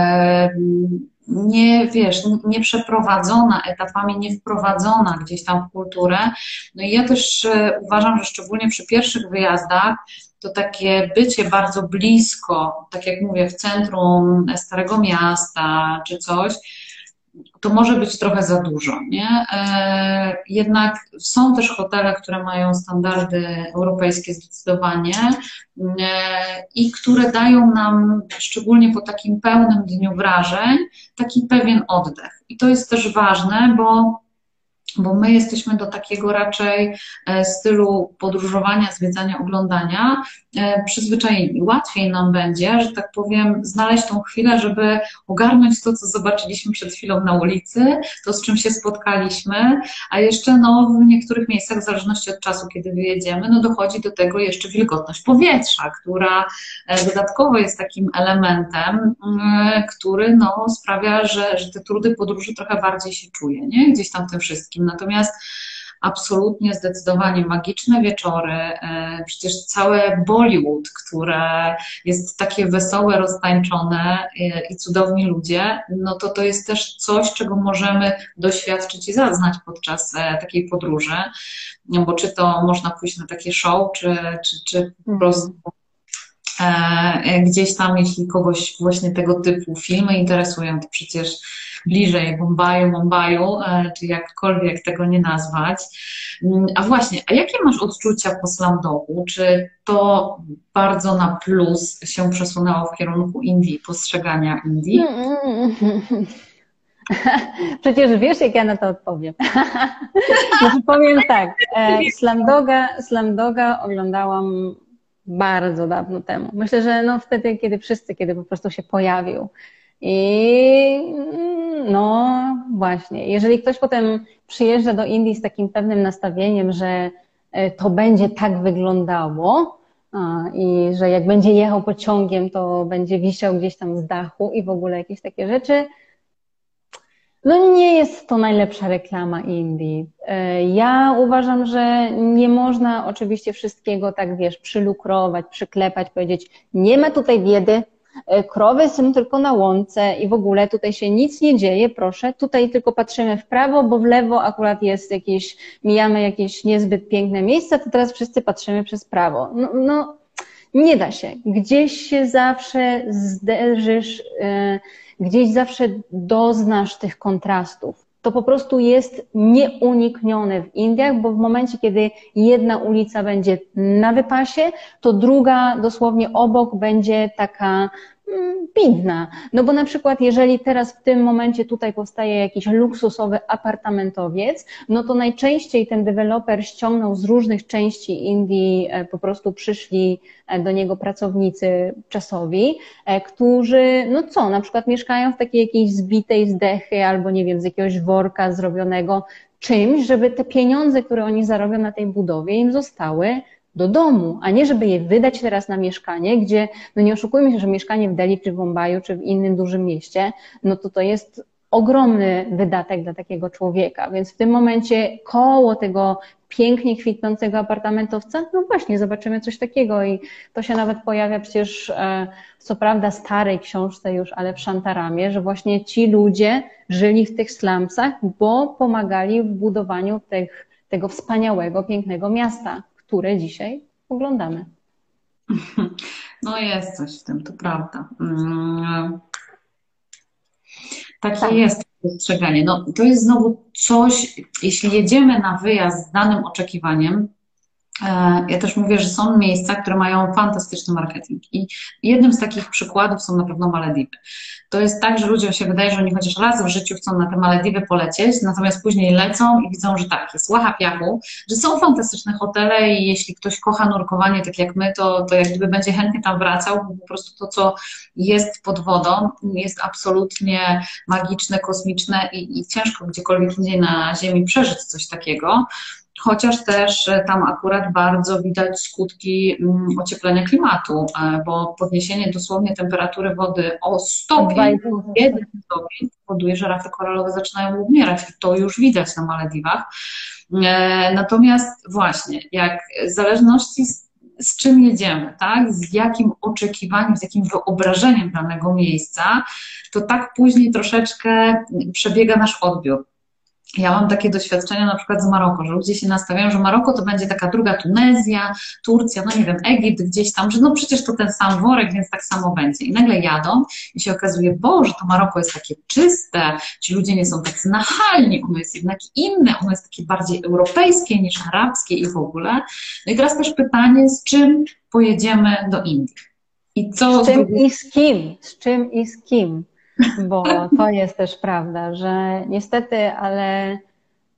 nie przeprowadzona etapami, nie wprowadzona gdzieś tam w kulturę. No i ja też uważam, że szczególnie przy pierwszych wyjazdach to takie bycie bardzo blisko, tak jak mówię, w centrum Starego Miasta czy coś, to może być trochę za dużo, nie? Jednak są też hotele, które mają standardy europejskie zdecydowanie i które dają nam, szczególnie po takim pełnym dniu wrażeń, taki pewien oddech. I to jest też ważne, bo bo my jesteśmy do takiego raczej stylu podróżowania, zwiedzania, oglądania przyzwyczajeni. Łatwiej nam będzie, że tak powiem, znaleźć tą chwilę, żeby ogarnąć to, co zobaczyliśmy przed chwilą na ulicy, to, z czym się spotkaliśmy, a jeszcze no, w niektórych miejscach, w zależności od czasu, kiedy wyjedziemy, no, dochodzi do tego jeszcze wilgotność powietrza, która dodatkowo jest takim elementem, który no, sprawia, że te trudy podróży trochę bardziej się czuje, nie? Gdzieś tam w tym wszystkim. Natomiast absolutnie, zdecydowanie magiczne wieczory, przecież całe Bollywood, które jest takie wesołe, roztańczone i cudowni ludzie, no to jest też coś, czego możemy doświadczyć i zaznać podczas takiej podróży, no bo czy to można pójść na takie show, czy po prostu gdzieś tam, jeśli kogoś właśnie tego typu filmy interesują, to przecież bliżej Mumbaiu, czy jakkolwiek tego nie nazwać. A właśnie, a jakie masz odczucia po Slumdogu? Czy to bardzo na plus się przesunęło w kierunku Indii, postrzegania Indii? Przecież wiesz, jak ja na to odpowiem. Znaczy powiem tak, Slumdoga oglądałam bardzo dawno temu. Myślę, że no wtedy, kiedy po prostu się pojawił. I no właśnie, jeżeli ktoś potem przyjeżdża do Indii z takim pewnym nastawieniem, że to będzie tak wyglądało i że jak będzie jechał pociągiem, to będzie wisiał gdzieś tam z dachu i w ogóle jakieś takie rzeczy, no nie jest to najlepsza reklama Indii. Ja uważam, że nie można oczywiście wszystkiego tak, wiesz, przylukrować, przyklepać, powiedzieć, nie ma tutaj biedy, krowy są tylko na łące i w ogóle tutaj się nic nie dzieje, proszę, tutaj tylko patrzymy w prawo, bo w lewo akurat jest mijamy jakieś niezbyt piękne miejsca, to teraz wszyscy patrzymy przez prawo. No nie da się. Gdzieś się zawsze zderzysz, gdzieś zawsze doznasz tych kontrastów. To po prostu jest nieuniknione w Indiach, bo w momencie, kiedy jedna ulica będzie na wypasie, to druga dosłownie obok będzie taka bidna. No bo na przykład jeżeli teraz w tym momencie tutaj powstaje jakiś luksusowy apartamentowiec, no to najczęściej ten deweloper ściągnął z różnych części Indii, po prostu przyszli do niego pracownicy czasowi, którzy, no co, na przykład mieszkają w takiej jakiejś zbitej zdechy albo nie wiem, z jakiegoś worka zrobionego czymś, żeby te pieniądze, które oni zarobią na tej budowie, im zostały do domu, a nie żeby je wydać teraz na mieszkanie, gdzie, no nie oszukujmy się, że mieszkanie w Delhi, czy w Mumbaiu, czy w innym dużym mieście, no to jest ogromny wydatek dla takiego człowieka, więc w tym momencie koło tego pięknie kwitnącego apartamentowca, no właśnie, zobaczymy coś takiego i to się nawet pojawia przecież, co prawda starej książce już, ale w Shantaramie, że właśnie ci ludzie żyli w tych slumsach, bo pomagali w budowaniu tego wspaniałego, pięknego miasta, które dzisiaj oglądamy. No jest coś w tym, to prawda. Takie jest postrzeganie. No, to jest znowu coś, jeśli jedziemy na wyjazd z danym oczekiwaniem, ja też mówię, że są miejsca, które mają fantastyczny marketing i jednym z takich przykładów są na pewno Malediwy. To jest tak, że ludziom się wydaje, że oni chociaż raz w życiu chcą na te Malediwy polecieć, natomiast później lecą i widzą, że tak, jest łacha piachu, że są fantastyczne hotele i jeśli ktoś kocha nurkowanie tak jak my, to jak gdyby będzie chętnie tam wracał, bo po prostu to, co jest pod wodą, jest absolutnie magiczne, kosmiczne i ciężko gdziekolwiek indziej na Ziemi przeżyć coś takiego. Chociaż też tam akurat bardzo widać skutki ocieplenia klimatu, bo podniesienie dosłownie temperatury wody o stopień, jeden stopień powoduje, że rafy koralowe zaczynają umierać i to już widać na Malediwach. Natomiast właśnie, jak w zależności z czym jedziemy, tak? Z jakim oczekiwaniem, z jakim wyobrażeniem danego miejsca, to tak później troszeczkę przebiega nasz odbiór. Ja mam takie doświadczenia na przykład z Maroko, że ludzie się nastawiają, że Maroko to będzie taka druga Tunezja, Turcja, no nie wiem, Egipt gdzieś tam, że no przecież to ten sam worek, więc tak samo będzie. I nagle jadą i się okazuje, Boże, to Maroko jest takie czyste, ci ludzie nie są tacy nachalni, ono jest jednak inne, ono jest takie bardziej europejskie niż arabskie i w ogóle. No i teraz też pytanie, z czym pojedziemy do Indii? I co z czym i z kim? Z czym i z kim? Bo to jest też prawda, że niestety, ale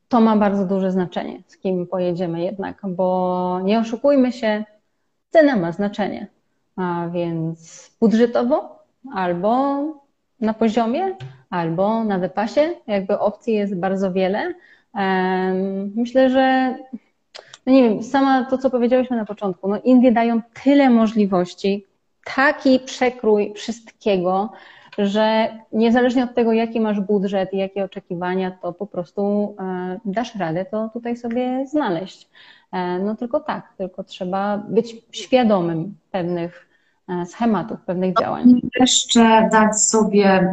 to ma bardzo duże znaczenie, z kim pojedziemy jednak, bo nie oszukujmy się, cena ma znaczenie, a więc budżetowo albo na poziomie, albo na wypasie, jakby opcji jest bardzo wiele. Myślę, że no nie wiem, sama to, co powiedziałyśmy na początku, no Indie dają tyle możliwości, taki przekrój wszystkiego, że niezależnie od tego, jaki masz budżet i jakie oczekiwania, to po prostu dasz radę to tutaj sobie znaleźć. No tylko tak, tylko trzeba być świadomym pewnych schematów, pewnych działań. Jeszcze dać sobie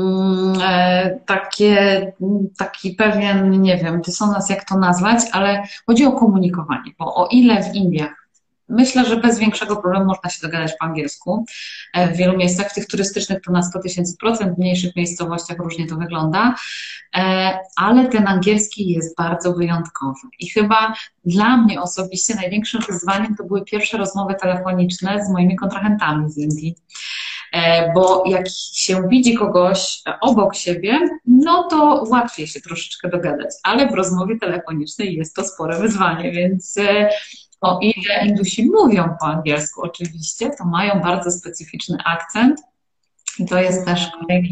taki pewien, nie wiem, dysonans, jak to nazwać, ale chodzi o komunikowanie, bo o ile w Indiach myślę, że bez większego problemu można się dogadać po angielsku. W wielu miejscach, w tych turystycznych to na 100 000%, w mniejszych miejscowościach różnie to wygląda, ale ten angielski jest bardzo wyjątkowy. I chyba dla mnie osobiście największym wyzwaniem to były pierwsze rozmowy telefoniczne z moimi kontrahentami z Indii. Bo jak się widzi kogoś obok siebie, no to łatwiej się troszeczkę dogadać, ale w rozmowie telefonicznej jest to spore wyzwanie, więc o ile Indusi mówią po angielsku oczywiście, to mają bardzo specyficzny akcent i to jest też kolejna,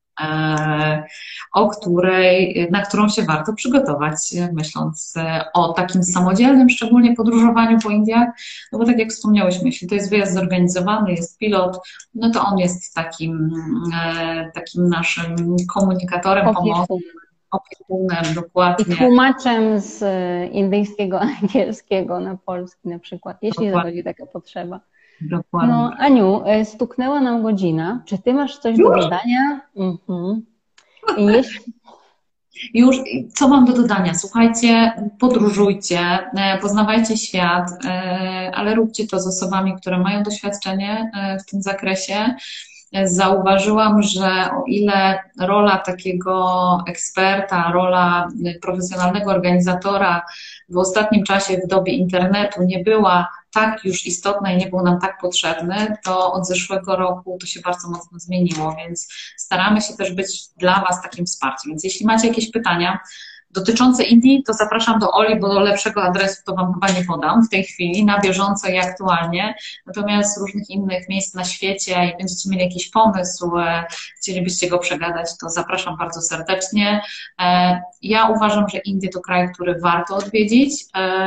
na którą się warto przygotować, myśląc o takim samodzielnym, szczególnie podróżowaniu po Indiach, no bo tak jak wspomniałyśmy, jeśli to jest wyjazd zorganizowany, jest pilot, no to on jest takim naszym komunikatorem pomocy. Opiekunem, dokładnie. I tłumaczem z indyjskiego angielskiego na polski na przykład, jeśli zachodzi taka potrzeba. Dokładnie. No Aniu, stuknęła nam godzina. Czy ty masz coś do dodania? I Już, co mam do dodania? Słuchajcie, podróżujcie, poznawajcie świat, ale róbcie to z osobami, które mają doświadczenie w tym zakresie. Zauważyłam, że o ile rola takiego eksperta, rola profesjonalnego organizatora w ostatnim czasie w dobie internetu nie była tak już istotna i nie był nam tak potrzebny, to od zeszłego roku to się bardzo mocno zmieniło, więc staramy się też być dla Was takim wsparciem. Więc jeśli macie jakieś pytania dotyczące Indii, to zapraszam do Oli, bo do lepszego adresu to Wam chyba nie podam w tej chwili, na bieżąco i aktualnie. Natomiast z różnych innych miejsc na świecie i będziecie mieli jakiś pomysł, chcielibyście go przegadać, to zapraszam bardzo serdecznie. Ja uważam, że Indie to kraj, który warto odwiedzić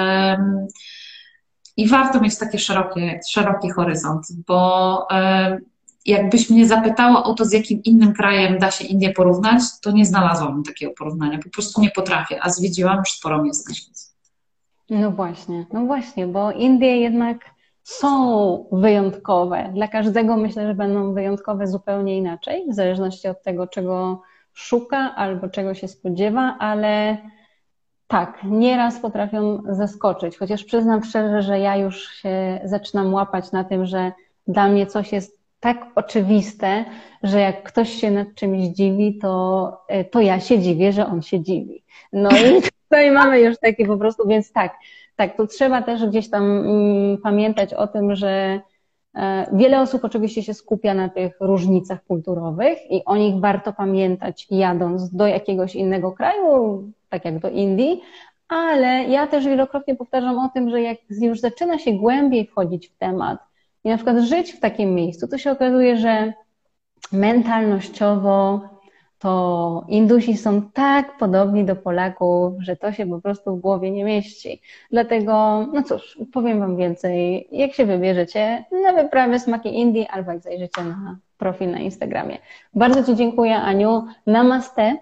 i warto mieć taki szeroki horyzont, bo jakbyś mnie zapytała o to, z jakim innym krajem da się Indię porównać, to nie znalazłabym takiego porównania. Po prostu nie potrafię, a zwiedziłam już sporo miejsc na świecie. No właśnie, bo Indie jednak są wyjątkowe. Dla każdego myślę, że będą wyjątkowe zupełnie inaczej, w zależności od tego, czego szuka albo czego się spodziewa, ale tak, nieraz potrafią zaskoczyć. Chociaż przyznam szczerze, że ja już się zaczynam łapać na tym, że dla mnie coś jest tak oczywiste, że jak ktoś się nad czymś dziwi, to ja się dziwię, że on się dziwi. No i tutaj mamy już takie po prostu, więc tak, to trzeba też gdzieś tam pamiętać o tym, że wiele osób oczywiście się skupia na tych różnicach kulturowych i o nich warto pamiętać, jadąc do jakiegoś innego kraju, tak jak do Indii, ale ja też wielokrotnie powtarzam o tym, że jak już zaczyna się głębiej wchodzić w temat i na przykład żyć w takim miejscu, to się okazuje, że mentalnościowo to Indusi są tak podobni do Polaków, że to się po prostu w głowie nie mieści. Dlatego, no cóż, powiem Wam więcej, jak się wybierzecie na wyprawę Smaki Indii albo jak zajrzycie na profil na Instagramie. Bardzo Ci dziękuję, Aniu. Namaste.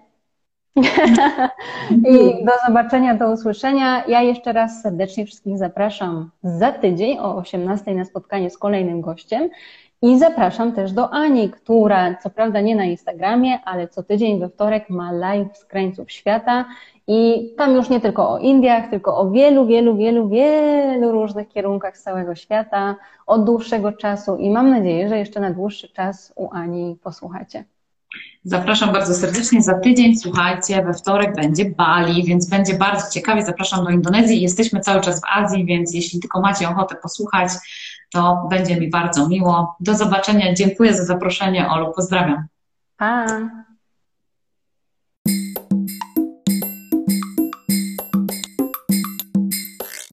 I do zobaczenia, do usłyszenia. Ja jeszcze raz serdecznie wszystkich zapraszam za tydzień o 18:00 na spotkanie z kolejnym gościem. I zapraszam też do Ani, która co prawda nie na Instagramie, ale co tydzień we wtorek ma live z krańców świata i tam już nie tylko o Indiach, tylko o wielu różnych kierunkach z całego świata od dłuższego czasu i mam nadzieję, że jeszcze na dłuższy czas u Ani posłuchacie. Zapraszam bardzo serdecznie za tydzień. Słuchajcie, we wtorek będzie Bali, więc będzie bardzo ciekawie. Zapraszam do Indonezji. Jesteśmy cały czas w Azji, więc jeśli tylko macie ochotę posłuchać, to będzie mi bardzo miło. Do zobaczenia. Dziękuję za zaproszenie, Olu. Pozdrawiam. Pa!